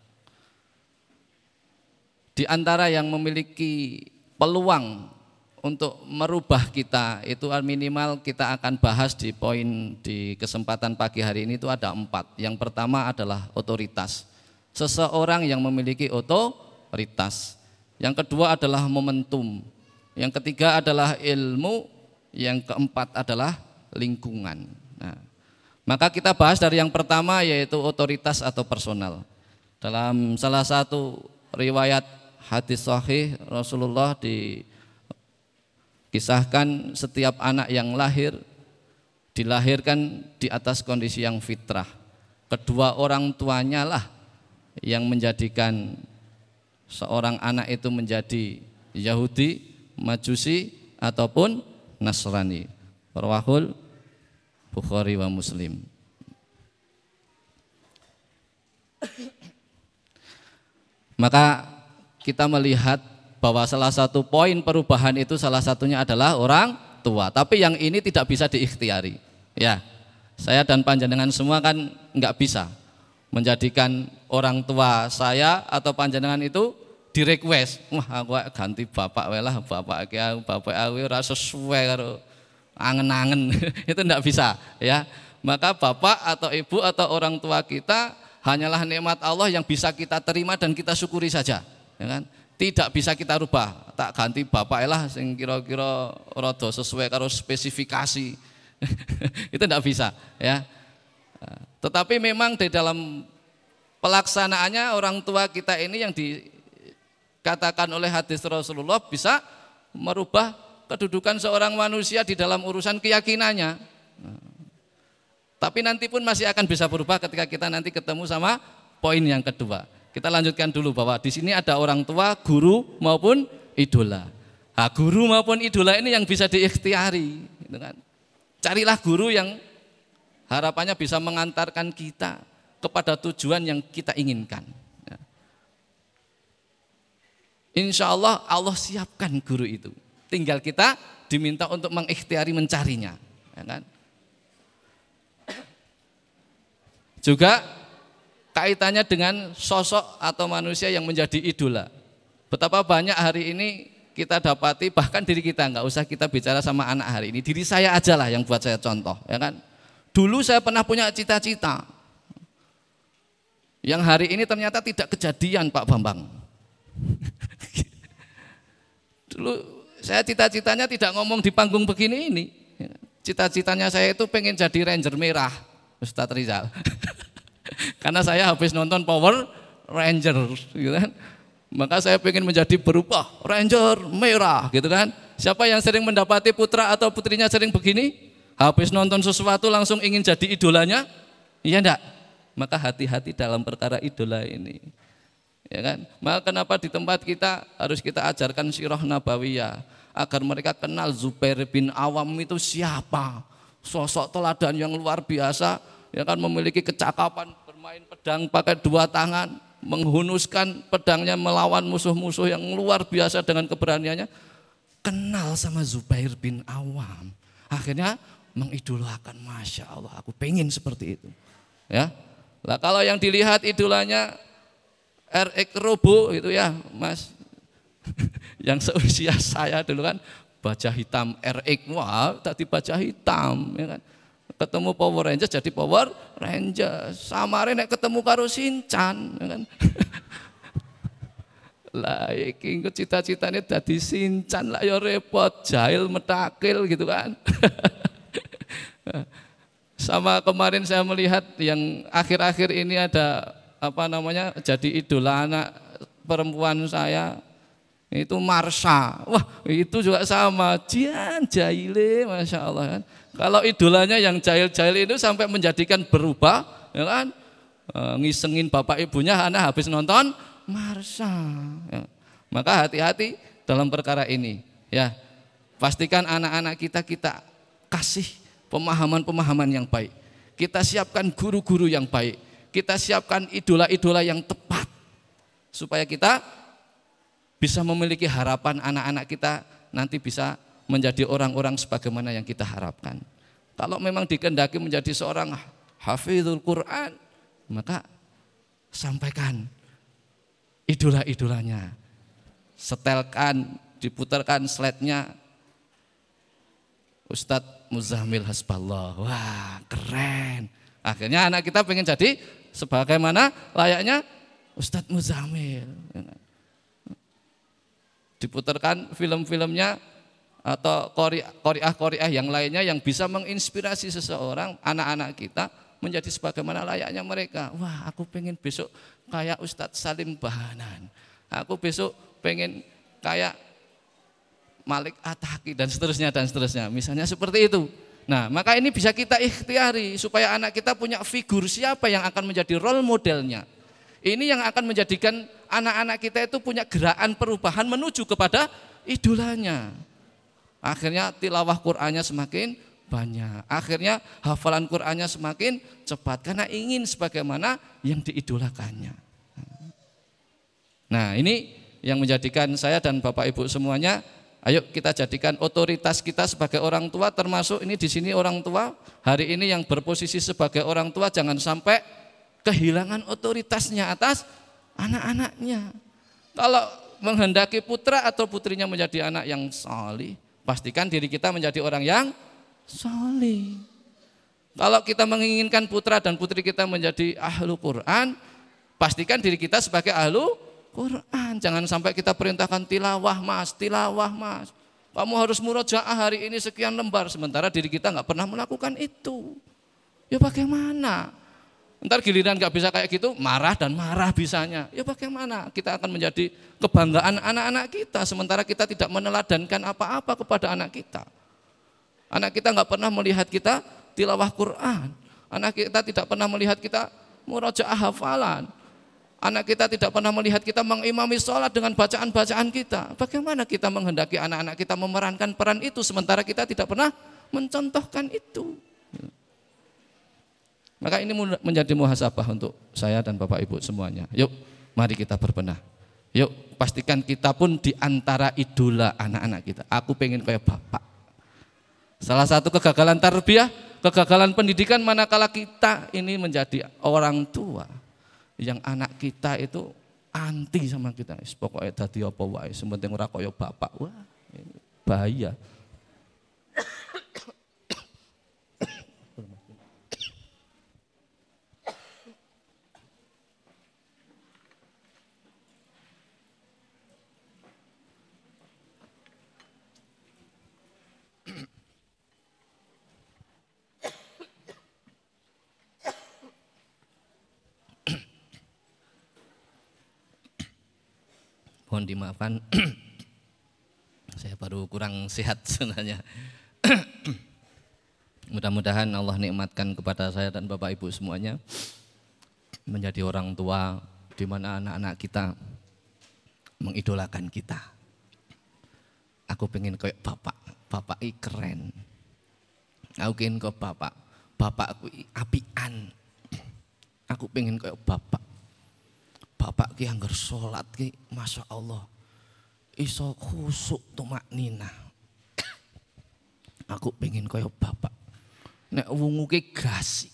Di antara yang memiliki peluang untuk merubah kita itu minimal kita akan bahas di poin di kesempatan pagi hari ini itu ada 4. Yang pertama adalah otoritas. Seseorang yang memiliki otoritas. Yang kedua adalah momentum. Yang ketiga adalah ilmu. Yang keempat adalah lingkungan. Nah, maka kita bahas dari yang pertama yaitu otoritas atau personal. Dalam salah satu riwayat hadis sahih Rasulullah kisahkan setiap anak yang lahir dilahirkan di atas kondisi yang fitrah. Kedua orang tuanya lah yang menjadikan seorang anak itu menjadi Yahudi, Majusi ataupun Nasrani. Rawahul Bukhari wa Muslim. Maka kita melihat bahwa salah satu poin perubahan itu salah satunya adalah orang tua. Tapi yang ini tidak bisa diikhtiari. Ya, saya dan panjenengan semua kan nggak bisa menjadikan orang tua saya atau panjenengan itu di request. Wah, aku ganti bapak wae lah, bapak aku ora sesuai karo angen-angen. Itu nggak bisa. Ya, maka bapak atau ibu atau orang tua kita hanyalah nikmat Allah yang bisa kita terima dan kita syukuri saja. Ya kan? Tidak bisa kita rubah, tak ganti bapak lah sing kira-kira rada sesuai karo spesifikasi. Itu tidak bisa ya. Tetapi memang di dalam pelaksanaannya orang tua kita ini yang dikatakan oleh hadis Rasulullah bisa merubah kedudukan seorang manusia di dalam urusan keyakinannya. Tapi nanti pun masih akan bisa berubah ketika kita nanti ketemu sama poin yang kedua. Kita lanjutkan dulu bahwa di sini ada orang tua, guru maupun idola. Nah, guru maupun idola ini yang bisa diikhtiari, gitu kan? Carilah guru yang harapannya bisa mengantarkan kita kepada tujuan yang kita inginkan. Insya Allah Allah siapkan guru itu. Tinggal kita diminta untuk mengikhtiari mencarinya. Ya kan? Juga kaitannya dengan sosok atau manusia yang menjadi idola. Betapa banyak hari ini kita dapati, bahkan diri kita, nggak usah kita bicara sama anak hari ini, diri saya aja lah yang buat saya contoh, ya kan? Dulu saya pernah punya cita-cita yang hari ini ternyata tidak kejadian, Pak Bambang. Dulu saya cita-citanya tidak ngomong di panggung begini ini. Cita-citanya saya itu pengen jadi Ranger merah, Ustadz Rizal. Karena saya habis nonton Power Ranger, gitu kan. Maka saya pengen menjadi berupa Ranger merah, gitu kan. Siapa yang sering mendapati putra atau putrinya sering begini? Habis nonton sesuatu langsung ingin jadi idolanya? Iya enggak? Maka hati-hati dalam perkara idola ini. Ya kan? Maka kenapa di tempat kita harus kita ajarkan sirah nabawiyah agar mereka kenal Zubair bin Awam itu siapa, sosok teladan yang luar biasa, ya kan, memiliki kecakapan bermain pedang pakai dua tangan, menghunuskan pedangnya melawan musuh-musuh yang luar biasa dengan keberaniannya. Kenal sama Zubair bin Awam, akhirnya mengidolakan, masya Allah, aku pengen seperti itu. Ya, lah kalau yang dilihat idolanya RX Robo itu ya Mas, yang seusia saya dulu kan, baja hitam RX, wah tadi baja hitam, ya kan. Ketemu Power Rangers jadi Power Rangers, samare nek ketemu karo Shinchan, ya kan. Lah iki cita-citane dadi Shinchan lah ya repot, jahil metakil gitu kan. Sama kemarin saya melihat yang akhir-akhir ini ada jadi idola anak perempuan saya itu Marsha. Wah itu juga sama, jahile, masya Allah kan. Kalau idolanya yang jahil-jahil itu sampai menjadikan berubah, ya kan, ngisengin bapak ibunya karena habis nonton Marsha. Ya. Maka hati-hati dalam perkara ini. Ya, pastikan anak-anak kita kasih pemahaman-pemahaman yang baik. Kita siapkan guru-guru yang baik. Kita siapkan idola-idola yang tepat supaya kita bisa memiliki harapan anak-anak kita nanti bisa menjadi orang-orang sebagaimana yang kita harapkan. Kalau memang dikehendaki menjadi seorang hafizul Quran, maka sampaikan idola-idolanya. Setelkan, diputarkan slide-nya Ustadz Muzammil Hasballah. Wah, keren. Akhirnya anak kita pengen jadi sebagaimana layaknya Ustadz Muzammil. Diputarkan film-filmnya atau qoriah yang lainnya yang bisa menginspirasi seseorang, anak-anak kita menjadi sebagaimana layaknya mereka. Wah, aku pengen besok kayak Ustadz Salim Bahanan. Aku besok pengen kayak Malik Ataki dan seterusnya. Misalnya seperti itu. Nah, maka ini bisa kita ikhtiari supaya anak kita punya figur siapa yang akan menjadi role modelnya. Ini yang akan menjadikan anak-anak kita itu punya gerakan perubahan menuju kepada idolanya. Akhirnya tilawah Qur'annya semakin banyak. Akhirnya hafalan Qur'annya semakin cepat karena ingin sebagaimana yang diidolakannya. Nah, ini yang menjadikan saya dan Bapak Ibu semuanya, ayo kita jadikan otoritas kita sebagai orang tua, termasuk ini di sini orang tua hari ini yang berposisi sebagai orang tua jangan sampai kehilangan otoritasnya atas anak-anaknya. Kalau menghendaki putra atau putrinya menjadi anak yang salih, pastikan diri kita menjadi orang yang salih. Kalau kita menginginkan putra dan putri kita menjadi ahlu Quran, pastikan diri kita sebagai ahlu Quran. Jangan sampai kita perintahkan tilawah mas. Kamu harus murojaah hari ini sekian lembar, sementara diri kita nggak pernah melakukan itu. Ya bagaimana? Ntar giliran nggak bisa kayak gitu, marah dan marah bisanya. Ya bagaimana? Kita akan menjadi kebanggaan anak-anak kita, sementara kita tidak meneladankan apa-apa kepada anak kita. Anak kita nggak pernah melihat kita tilawah Quran. Anak kita tidak pernah melihat kita murojaah hafalan. Anak kita tidak pernah melihat kita mengimami sholat dengan bacaan-bacaan kita. Bagaimana kita menghendaki anak-anak kita memerankan peran itu, sementara kita tidak pernah mencontohkan itu. Maka ini menjadi muhasabah untuk saya dan Bapak Ibu semuanya. Yuk, mari kita berbenah. Yuk, pastikan kita pun di antara idola anak-anak kita. Aku pengen kayak bapak. Salah satu kegagalan tarbiyah, kegagalan pendidikan manakala kita ini menjadi orang tua yang anak kita itu anti sama kita. Pokoknya dadi apa wae, sementing ora kaya bapak. Wah, bahaya. Mohon dimaafkan, saya baru kurang sehat sebenarnya. Mudah-mudahan Allah nikmatkan kepada saya dan Bapak Ibu semuanya menjadi orang tua di mana anak-anak kita mengidolakan kita. Aku pengen kayak bapak, bapak ini keren. Aku pengen ke bapak, bapakku apian. Aku pengen kayak bapak. Bapak ki anggar sholat ki, masya Allah, iso khusuk tumaknina. Aku pengen kayak bapak. Nek wungu ki gasi.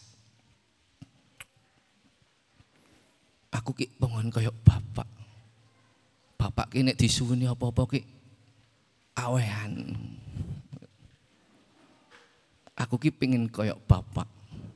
Aku ki pengen kayak bapak. Bapak ki nek disuwuni apa-apa ki awehan. Aku ki pengen kayak bapak.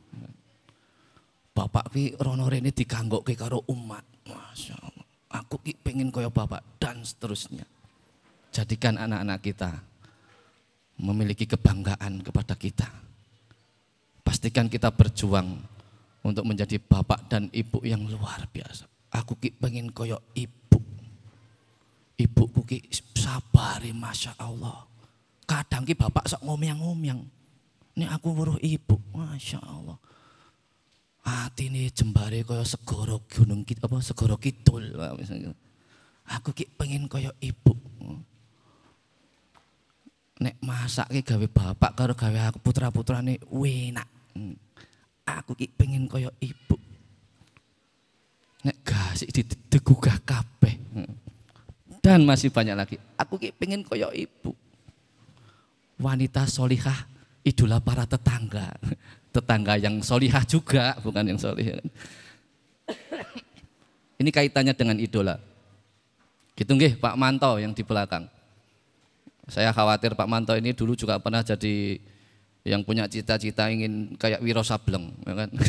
Bapak ki rono rene diganggokke karo umat. Masya Allah. Aku ki pengen kayak bapak dan seterusnya. Jadikan anak-anak kita memiliki kebanggaan kepada kita. Pastikan kita berjuang untuk menjadi bapak dan ibu yang luar biasa. Aku ki pengen kayak ibu. Ibuku ki sabari masya Allah. Kadang ki bapak sok ngomyang-ngomyang. Ini aku weruh ibu, masya Allah. Hati ini jembare kaya segoro gunung apa segoro kidul misalnya. Aku ki pengen kaya ibu. Nek masak ki gawe bapak karo gawe aku putra-putrane enak. Aku ki pengen kaya ibu. Nek gasik digugah kabeh. Dan masih banyak lagi. Aku ki pengen kaya ibu. Wanita solihah, idola para tetangga. Tetangga yang solihah juga, bukan yang solihah. Ini kaitannya dengan idola. Gitu nggih Pak Manto yang di belakang. Saya khawatir Pak Manto ini dulu juga pernah jadi yang punya cita-cita ingin kayak Wiro Sableng, ya kan?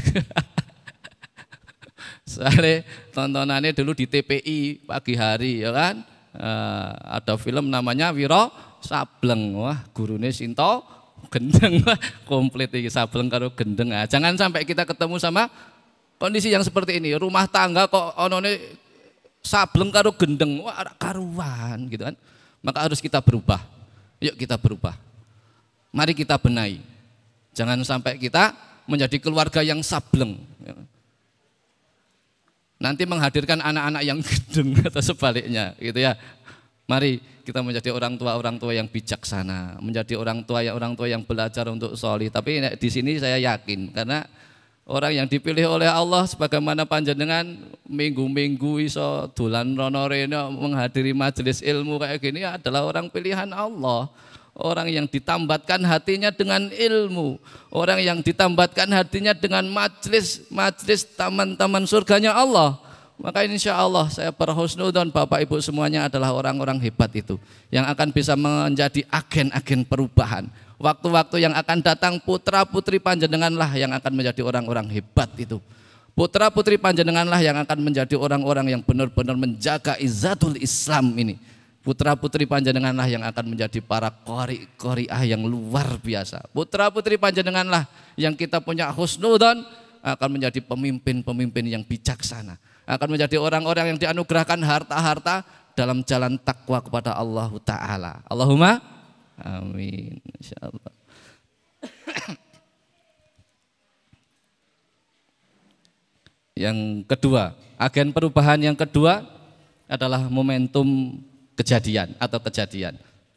Soalnya tontonannya dulu di TPI pagi hari, ya kan? Ada film namanya Wiro Sableng. Wah, gurune Sinto Gendeng, komplit iki Sableng karo gendeng. Nah, jangan sampai kita ketemu sama kondisi yang seperti ini. Rumah tangga kok onone Sableng karo gendeng, wah karuan gitu kan. Maka harus kita berubah. Yuk kita berubah. Mari kita benahi. Jangan sampai kita menjadi keluarga yang sableng. Nanti menghadirkan anak-anak yang gendeng atau sebaliknya, gitu ya. Mari kita menjadi orang tua yang bijaksana, menjadi orang tua yang belajar untuk sholih. Tapi di sini saya yakin karena orang yang dipilih oleh Allah sebagaimana panjenengan minggu-minggu iso dolan rono rene menghadiri majelis ilmu kayak gini adalah orang pilihan Allah. Orang yang ditambatkan hatinya dengan ilmu, orang yang ditambatkan hatinya dengan majelis taman-taman surganya Allah. Maka insya Allah saya berhusnudzon Bapak Ibu semuanya adalah orang-orang hebat itu yang akan bisa menjadi agen-agen perubahan. Waktu-waktu yang akan datang putra-putri panjenenganlah yang akan menjadi orang-orang hebat itu. Putra-putri panjenenganlah yang akan menjadi orang-orang yang benar-benar menjaga izzatul Islam ini. Putra-putri panjenenganlah yang akan menjadi para qori-qoriah yang luar biasa. Putra-putri panjenenganlah yang kita punya husnudzon akan menjadi pemimpin-pemimpin yang bijaksana. Akan menjadi orang-orang yang dianugerahkan harta-harta dalam jalan takwa kepada Allah Ta'ala. Allahumma amin. Insyaallah. Yang kedua, agen perubahan yang kedua adalah momentum kejadian atau kejadian.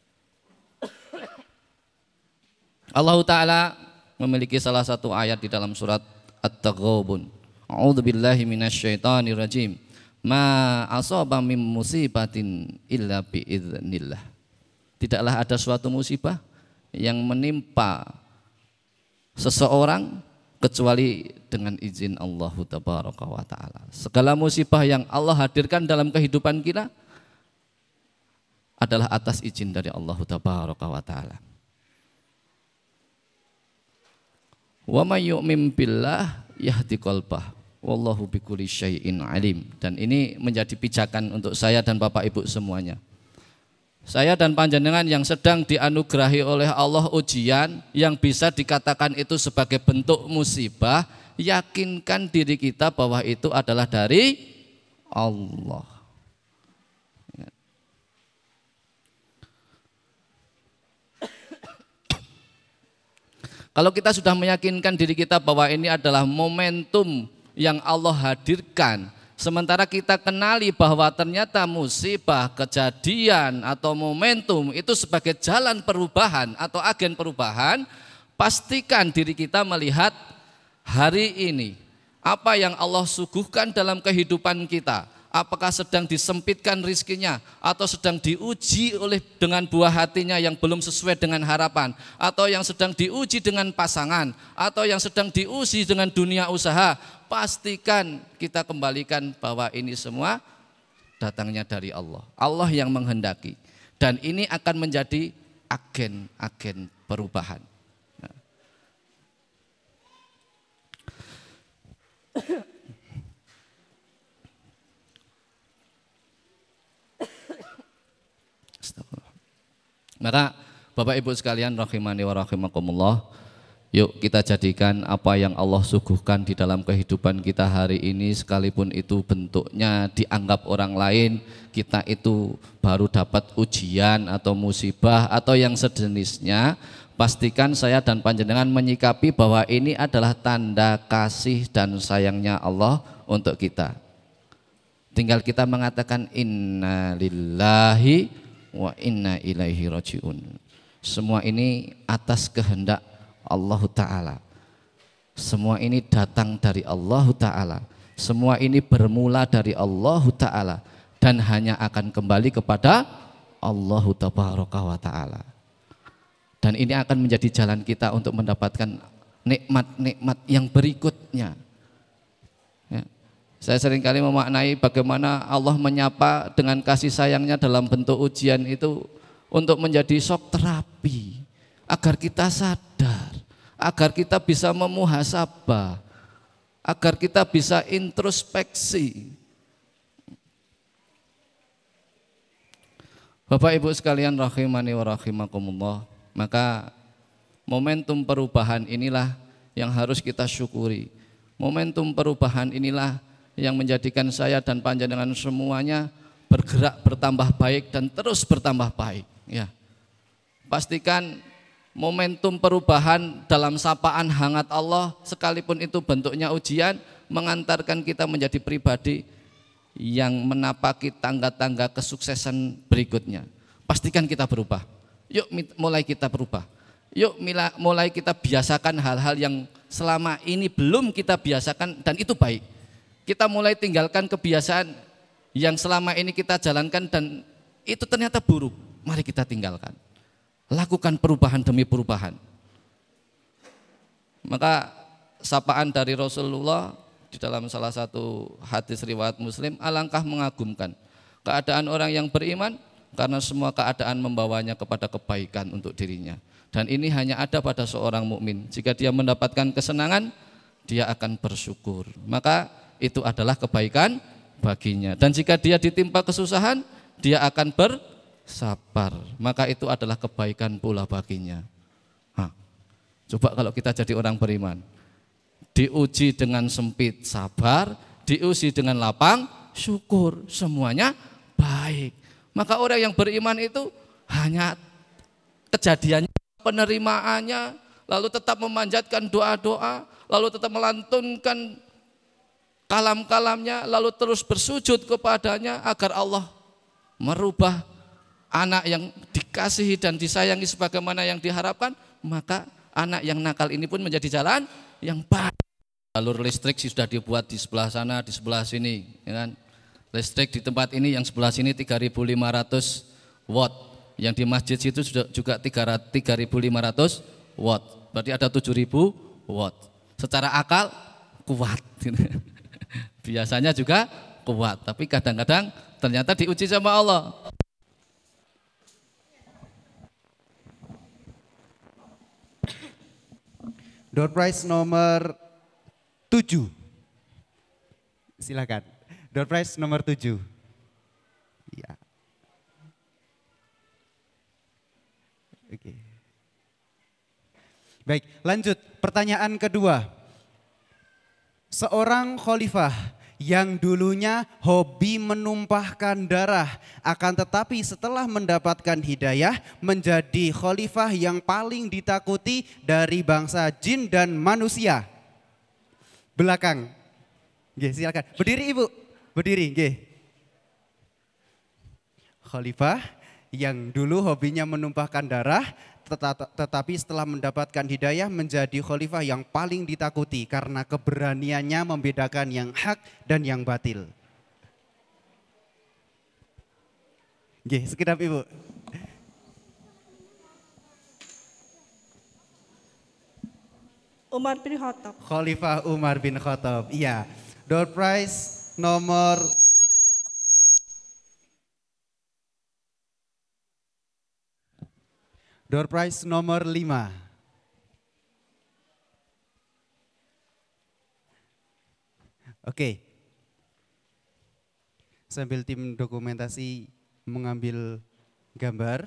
Allah Ta'ala memiliki salah satu ayat di dalam surat At-Taghabun. A'udzubillahi minasyaitonirrajim. Ma asaba min musibatin illa biiznillah. Tidaklah ada suatu musibah yang menimpa seseorang kecuali dengan izin Allah Tabaraka wa Ta'ala. Segala musibah yang Allah hadirkan dalam kehidupan kita adalah atas izin dari Allah Tabaraka wa Ta'ala. Wa may yu'min billah yahdi qalbah wallahu bikulli syai'in alim. Dan ini menjadi pijakan untuk saya dan Bapak Ibu semuanya. Saya dan panjenengan yang sedang dianugerahi oleh Allah ujian yang bisa dikatakan itu sebagai bentuk musibah, yakinkan diri kita bahwa itu adalah dari Allah. Kalau kita sudah meyakinkan diri kita bahwa ini adalah momentum yang Allah hadirkan. Sementara kita kenali bahwa ternyata musibah, kejadian atau momentum itu sebagai jalan perubahan atau agen perubahan, pastikan diri kita melihat hari ini apa yang Allah suguhkan dalam kehidupan kita. Apakah sedang disempitkan rizkinya atau sedang diuji dengan buah hatinya yang belum sesuai dengan harapan, atau yang sedang diuji dengan pasangan, atau yang sedang diuji dengan dunia usaha. Pastikan kita kembalikan bahwa ini semua datangnya dari Allah. Allah yang menghendaki, dan ini akan menjadi agen-agen perubahan. Maka Bapak Ibu sekalian rahimani wa rahimakumullah, yuk kita jadikan apa yang Allah suguhkan di dalam kehidupan kita hari ini, sekalipun itu bentuknya dianggap orang lain, kita itu baru dapat ujian atau musibah atau yang sejenisnya, pastikan saya dan panjenengan menyikapi bahwa ini adalah tanda kasih dan sayangnya Allah untuk kita. Tinggal kita mengatakan inna lillahi wa inna ilaihi rajiun. Semua ini atas kehendak Allah Ta'ala. Semua ini datang dari Allah Ta'ala. Semua ini bermula dari Allah Ta'ala dan hanya akan kembali kepada Allah Ta'ala. Dan ini akan menjadi jalan kita untuk mendapatkan nikmat-nikmat yang berikutnya. Saya seringkali memaknai bagaimana Allah menyapa dengan kasih sayangnya dalam bentuk ujian itu untuk menjadi shock terapi, agar kita sadar, agar kita bisa memuhasabah, agar kita bisa introspeksi. Bapak Ibu sekalian rahimani wa rahimakumullah, maka momentum perubahan inilah yang harus kita syukuri. Momentum perubahan inilah yang menjadikan saya dan panjenengan semuanya bergerak bertambah baik dan terus bertambah baik. Ya, pastikan momentum perubahan dalam sapaan hangat Allah, sekalipun itu bentuknya ujian, mengantarkan kita menjadi pribadi yang menapaki tangga-tangga kesuksesan berikutnya. Pastikan kita berubah. Yuk mulai kita berubah. Yuk mulai kita biasakan hal-hal yang selama ini belum kita biasakan dan itu baik. Kita mulai tinggalkan kebiasaan yang selama ini kita jalankan dan itu ternyata buruk. Mari kita tinggalkan. Lakukan perubahan demi perubahan. Maka sapaan dari Rasulullah di dalam salah satu hadis riwayat Muslim, alangkah mengagumkan keadaan orang yang beriman karena semua keadaan membawanya kepada kebaikan untuk dirinya. Dan ini hanya ada pada seorang mukmin. Jika dia mendapatkan kesenangan, dia akan bersyukur. Maka itu adalah kebaikan baginya. Dan jika dia ditimpa kesusahan, dia akan bersabar. Maka itu adalah kebaikan pula baginya. Coba kalau kita jadi orang beriman, diuji dengan sempit sabar, diuji dengan lapang syukur, semuanya baik. Maka orang yang beriman itu hanya kejadiannya, penerimaannya, lalu tetap memanjatkan doa-doa, lalu tetap melantunkan kalam-kalamnya, lalu terus bersujud kepadanya agar Allah merubah anak yang dikasihi dan disayangi sebagaimana yang diharapkan. Maka anak yang nakal ini pun menjadi jalan yang baik. Jalur listrik sudah dibuat di sebelah sana, di sebelah sini, ya kan? Listrik di tempat ini yang sebelah sini 3.500 watt, yang di masjid situ sudah juga 3.500 watt, berarti ada 7.000 watt. Secara akal kuat. Biasanya juga kuat, tapi kadang-kadang ternyata diuji sama Allah. Door prize nomor 7. Silakan. Door prize nomor 7. Ya. Oke. Baik, lanjut. Pertanyaan kedua. Seorang khalifah yang dulunya hobi menumpahkan darah, akan tetapi setelah mendapatkan hidayah menjadi khalifah yang paling ditakuti dari bangsa jin dan manusia. Belakang, Nggih, silakan. Berdiri Ibu. Berdiri, nggih. Khalifah yang dulu hobinya menumpahkan darah, tetapi setelah mendapatkan hidayah menjadi khalifah yang paling ditakuti karena keberaniannya membedakan yang hak dan yang batil. Nggih, sekedap Ibu. Umar bin Khattab. Khalifah Umar bin Khattab. Iya. Door prize nomor Door prize nomor 5. Oke. Sambil tim dokumentasi mengambil gambar.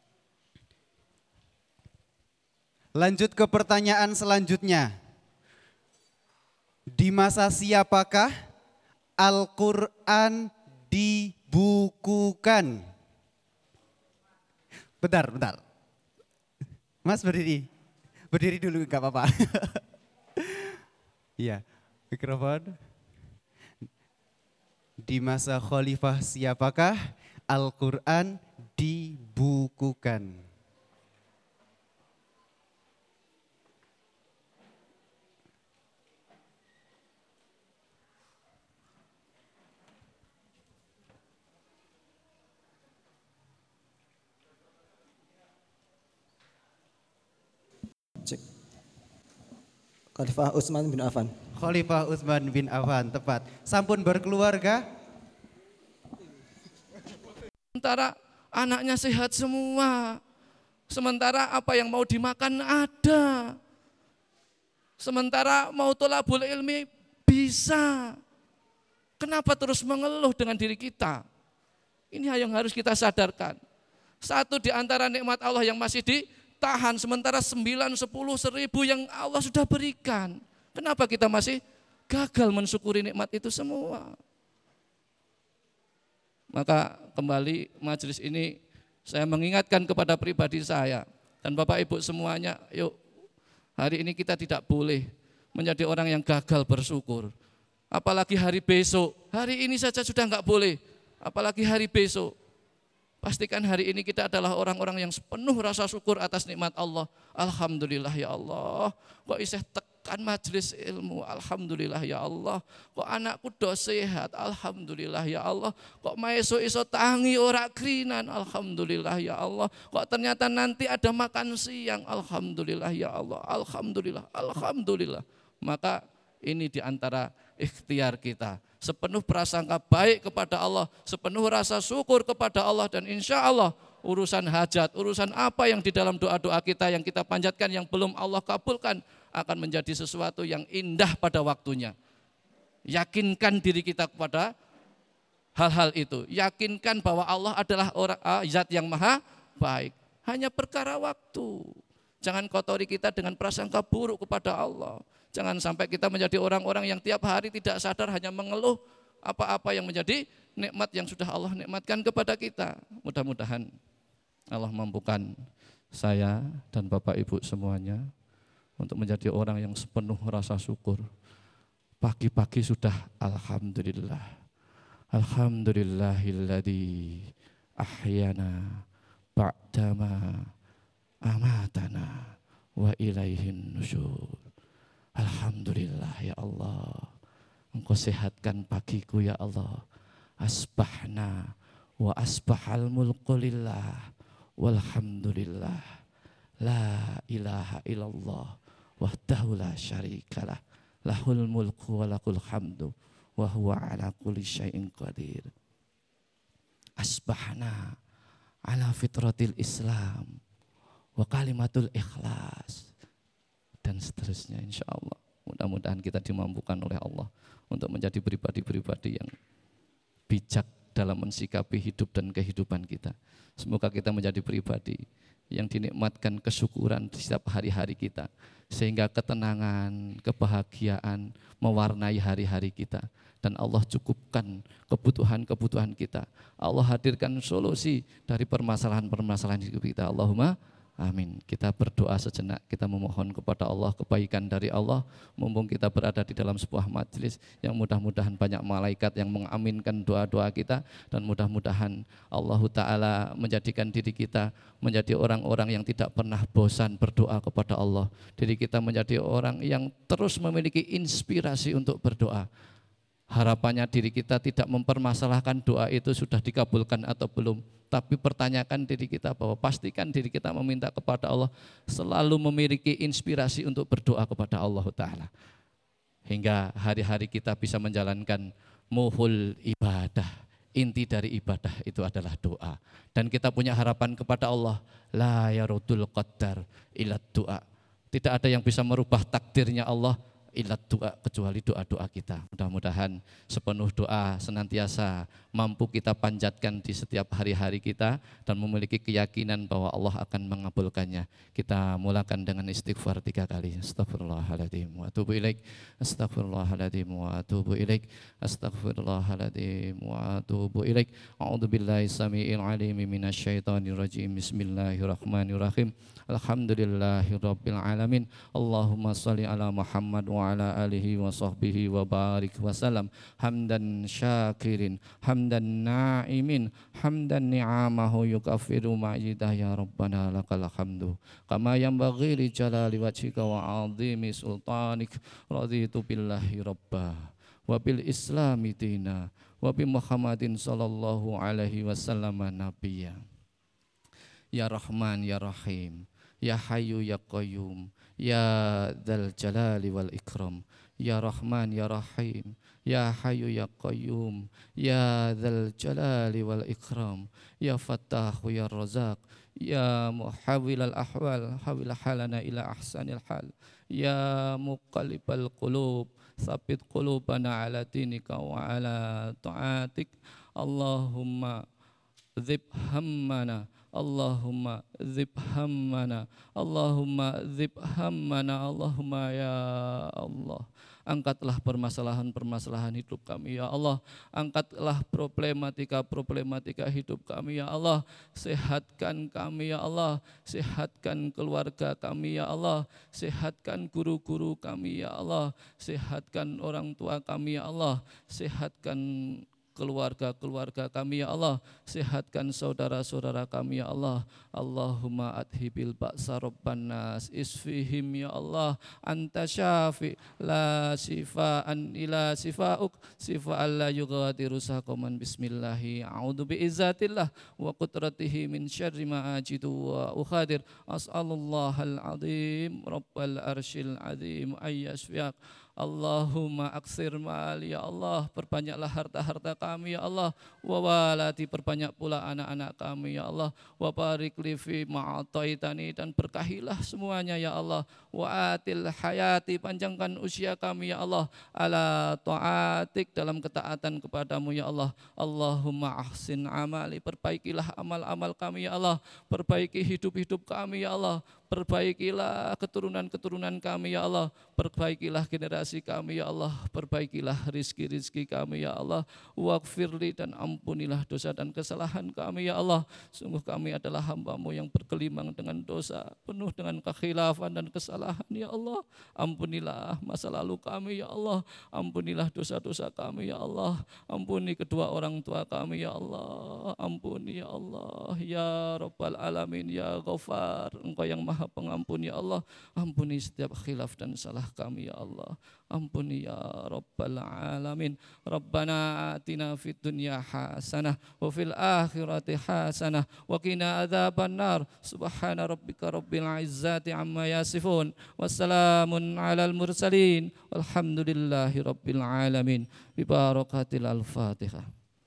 Lanjut ke pertanyaan selanjutnya. Di masa siapakah Al-Quran dibukukan? Bentar. Mas berdiri. Berdiri dulu gak apa-apa. Iya, mikrofon. Di masa khalifah siapakah Al-Quran dibukukan? Cek. Khalifah Utsman bin Affan. Khalifah Utsman bin Affan, tepat. Sampun berkeluarga? Sementara anaknya sehat semua. Sementara apa yang mau dimakan ada. Sementara mau tholabul ilmi bisa. Kenapa terus mengeluh dengan diri kita? Ini yang harus kita sadarkan. Satu di antara nikmat Allah yang masih ditahan, sementara 9, 10, 1000 yang Allah sudah berikan. Kenapa kita masih gagal mensyukuri nikmat itu semua? Maka kembali majelis ini saya mengingatkan kepada pribadi saya dan Bapak Ibu semuanya, yuk hari ini kita tidak boleh menjadi orang yang gagal bersyukur. Apalagi hari besok, hari ini saja sudah enggak boleh, apalagi hari besok. Pastikan hari ini kita adalah orang-orang yang sepenuh rasa syukur atas nikmat Allah. Alhamdulillah ya Allah, kok isih tekan majelis ilmu, alhamdulillah ya Allah. Kok anakku do sehat, alhamdulillah ya Allah. Kok maeso iso tangi ora krinan, alhamdulillah ya Allah. Kok ternyata nanti ada makan siang, alhamdulillah ya Allah. Alhamdulillah. Maka ini diantara ikhtiar kita. Sepenuh prasangka baik kepada Allah, sepenuh rasa syukur kepada Allah, dan insya Allah urusan hajat, urusan apa yang di dalam doa-doa kita yang kita panjatkan yang belum Allah kabulkan akan menjadi sesuatu yang indah pada waktunya. Yakinkan diri kita kepada hal-hal itu. Yakinkan bahwa Allah adalah zat yang maha baik. Hanya perkara waktu. Jangan kotori kita dengan prasangka buruk kepada Allah. Jangan sampai kita menjadi orang-orang yang tiap hari tidak sadar hanya mengeluh apa-apa yang menjadi nikmat yang sudah Allah nikmatkan kepada kita. Mudah-mudahan Allah mampukan saya dan Bapak Ibu semuanya untuk menjadi orang yang sepenuh rasa syukur. Pagi-pagi sudah alhamdulillah. Alhamdulillahilladzi ahyana ba'dama amatana wa ilaihin nusyur. Alhamdulillah ya Allah, Engkau sehatkan pagiku ya Allah. Asbahna wa asbahal mulku lillah walhamdulillah. La ilaha illallah wahdahu la syarikalah. Lahul mulku wa lakul hamdu wa huwa ala kulli syai'in qadir. Asbahna ala fitratil Islam wa kalimatul ikhlas, dan seterusnya, insya Allah. Mudah-mudahan kita dimampukan oleh Allah untuk menjadi pribadi-pribadi yang bijak dalam mensikapi hidup dan kehidupan kita. Semoga kita menjadi pribadi yang dinikmatkan kesyukuran di setiap hari-hari kita, sehingga ketenangan, kebahagiaan mewarnai hari-hari kita, dan Allah cukupkan kebutuhan-kebutuhan kita. Allah hadirkan solusi dari permasalahan-permasalahan hidup kita. Allahumma Amin. Kita berdoa sejenak, kita memohon kepada Allah kebaikan dari Allah. Mumpung kita berada di dalam sebuah majelis yang mudah-mudahan banyak malaikat yang mengaminkan doa-doa kita, dan mudah-mudahan Allah Ta'ala menjadikan diri kita menjadi orang-orang yang tidak pernah bosan berdoa kepada Allah. Diri kita menjadi orang yang terus memiliki inspirasi untuk berdoa. Harapannya diri kita tidak mempermasalahkan doa itu sudah dikabulkan atau belum, tapi pertanyakan diri kita bahwa pastikan diri kita meminta kepada Allah selalu memiliki inspirasi untuk berdoa kepada Allah Ta'ala. Hingga hari-hari kita bisa menjalankan muhul ibadah. Inti dari ibadah itu adalah doa. Dan kita punya harapan kepada Allah, la yarudul qaddar ila doa. Tidak ada yang bisa merubah takdirnya Allah ilat doa kecuali doa-doa kita. Mudah-mudahan sepenuh doa senantiasa mampu kita panjatkan di setiap hari-hari kita dan memiliki keyakinan bahwa Allah akan mengabulkannya. Kita mulakan dengan istighfar 3 kali. Astaghfirullahaladzim wa atubu ilaik. Astaghfirullahaladzim wa atubu ilaik. Astaghfirullahaladzim wa atubu ilaik. A'udzubillahi samii'il 'aliim minasyaitonir rajim. Bismillahirrahmanirrahim. Alhamdulillahirabbil alamin. Allahumma shalli ala Muhammad wa ala alihi wa sahbihi wa barik wa salam. Hamdan syakirin, hamdan na'imin, hamdan ni'amahu yukaffiru ma'idah ya Rabbana lakal hamdu. Kama yanbaghi li jalali wajhika wa 'azimi sultanik. Raditu billahi rabba wa bil islami dina wa bi Muhammadin sallallahu alaihi wasallam nabiyya. Ya Rahman ya Rahim, Ya Hayyu ya Qayyum, Ya Dzal Jalali wal Ikram, Ya Rahman ya Rahim, Ya Hayyu ya Qayyum, Ya Dzal Jalali wal Ikram, Ya Fattahu ya Razaq, Ya Muhawwilal Ahwal, hawwil halana ila ahsanil hal, Ya Muqallibal Qulub, tsabbit qulubana ala dinika wa ala ta'atik. Allahumma dzib hammana, Allahumma dzib hammana, Allahumma dzib hammana, Allahumma ya Allah. Angkatlah permasalahan-permasalahan hidup kami ya Allah. Angkatlah problematika-problematika hidup kami ya Allah. Sehatkan kami ya Allah. Sehatkan keluarga kami ya Allah. Sehatkan guru-guru kami ya Allah. Sehatkan orang tua kami ya Allah. Sehatkan keluarga-keluarga kami ya Allah. Sehatkan saudara-saudara kami ya Allah. Allahumma adhibil ba'sa rabban nas isfihim ya Allah. Anta syafi la sifaan ila sifauk sifa'an la yughadiru saqaman. Bismillahi a'udzu biizzatillah wa qudratihi min syarri ma ajidu wa ukhadir. As'alullahal azim rabbal arsyil azim ayyashfiaq. Allahumma aksir mal ya Allah, perbanyaklah harta-harta kami ya Allah. Wa waladi, perbanyak pula anak-anak kami ya Allah. Wa barik li fi ma'ataitani, dan berkahilah semuanya ya Allah. Wa atil hayati, panjangkan usia kami ya Allah. Ala ta'atik, dalam ketaatan kepadamu ya Allah. Allahumma ahsin amali, perbaikilah amal-amal kami ya Allah. Perbaiki hidup-hidup kami ya Allah. Perbaikilah keturunan-keturunan kami ya Allah. Perbaikilah generasi kami ya Allah. Perbaikilah rizki-rizki kami ya Allah. Waghfirli, dan ampunilah dosa dan kesalahan kami ya Allah. Sungguh kami adalah hamba-Mu yang bergelimang dengan dosa, penuh dengan kekhilafan dan kesalahan ya Allah. Ampunilah masa lalu kami ya Allah. Ampunilah dosa-dosa kami ya Allah. Ampuni kedua orang tua kami ya Allah. Ampuni ya Allah. Ya Rabbal Alamin, ya Ghaffar, Engkau yang Maha Pengampun ya Allah. Ampuni setiap khilaf dan salah kami ya Allah. Ampuni ya Rabbal Alamin. Rabbana atina fid dunya hasanah wa fil akhirati hasanah wa qina adzabannar. Subhana rabbika rabbil izzati amma yasifun. Wassalamun alal mursalin. Walhamdulillahi rabbil alamin. Bi barakatil al-Fatihah.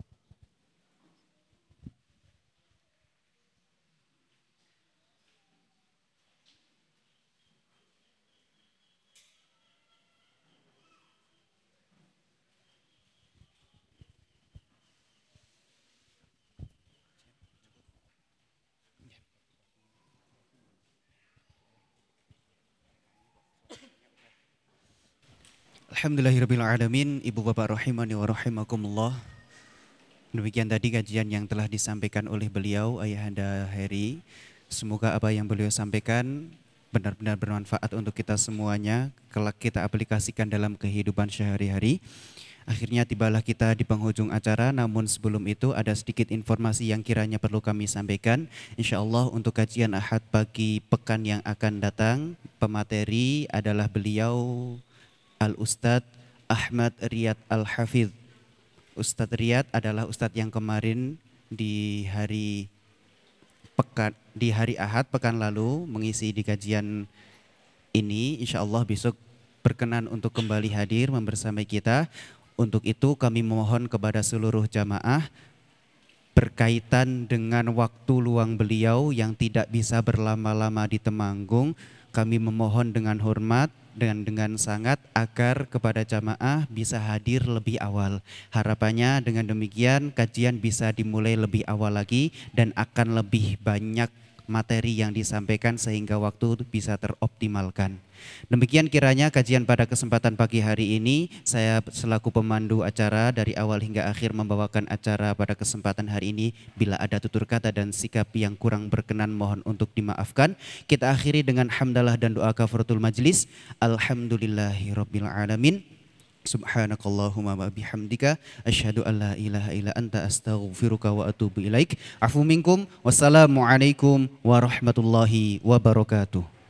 Alhamdulillahirrabbilalamin. Ibu bapak rahimani wa rahimakumullah. Demikian tadi kajian yang telah disampaikan oleh beliau Ayahanda Heri. Semoga apa yang beliau sampaikan benar-benar bermanfaat untuk kita semuanya, kelak kita aplikasikan dalam kehidupan sehari-hari. Akhirnya tibalah kita di penghujung acara, namun sebelum itu ada sedikit informasi yang kiranya perlu kami sampaikan. Insya Allah untuk kajian Ahad pagi pekan yang akan datang, pemateri adalah beliau Al-Ustadz Ahmad Riyad Al-Hafidh. Ustadz Riyad adalah Ustadz yang kemarin di hari Ahad pekan lalu mengisi di kajian ini. Insya Allah besok berkenan untuk kembali hadir membersamai kita. Untuk itu kami memohon kepada seluruh jamaah berkaitan dengan waktu luang beliau yang tidak bisa berlama-lama di Temanggung, kami memohon dengan hormat dan dengan sangat agar kepada jamaah bisa hadir lebih awal. Harapannya dengan demikian kajian bisa dimulai lebih awal lagi dan akan lebih banyak materi yang disampaikan sehingga waktu bisa teroptimalkan. Demikian kiranya kajian pada kesempatan pagi hari ini. Saya selaku pemandu acara dari awal hingga akhir membawakan acara pada kesempatan hari ini. Bila ada tutur kata dan sikap yang kurang berkenan mohon untuk dimaafkan. Kita akhiri dengan hamdalah dan doa kafaratul majlis. Alhamdulillahirabbil alamin. Subhanakallahumma wa bihamdika asyhadu an la ilaha illa anta astaghfiruka wa atubu ilaik. Afu minkum. Wassalamualaikum warahmatullahi wabarakatuh.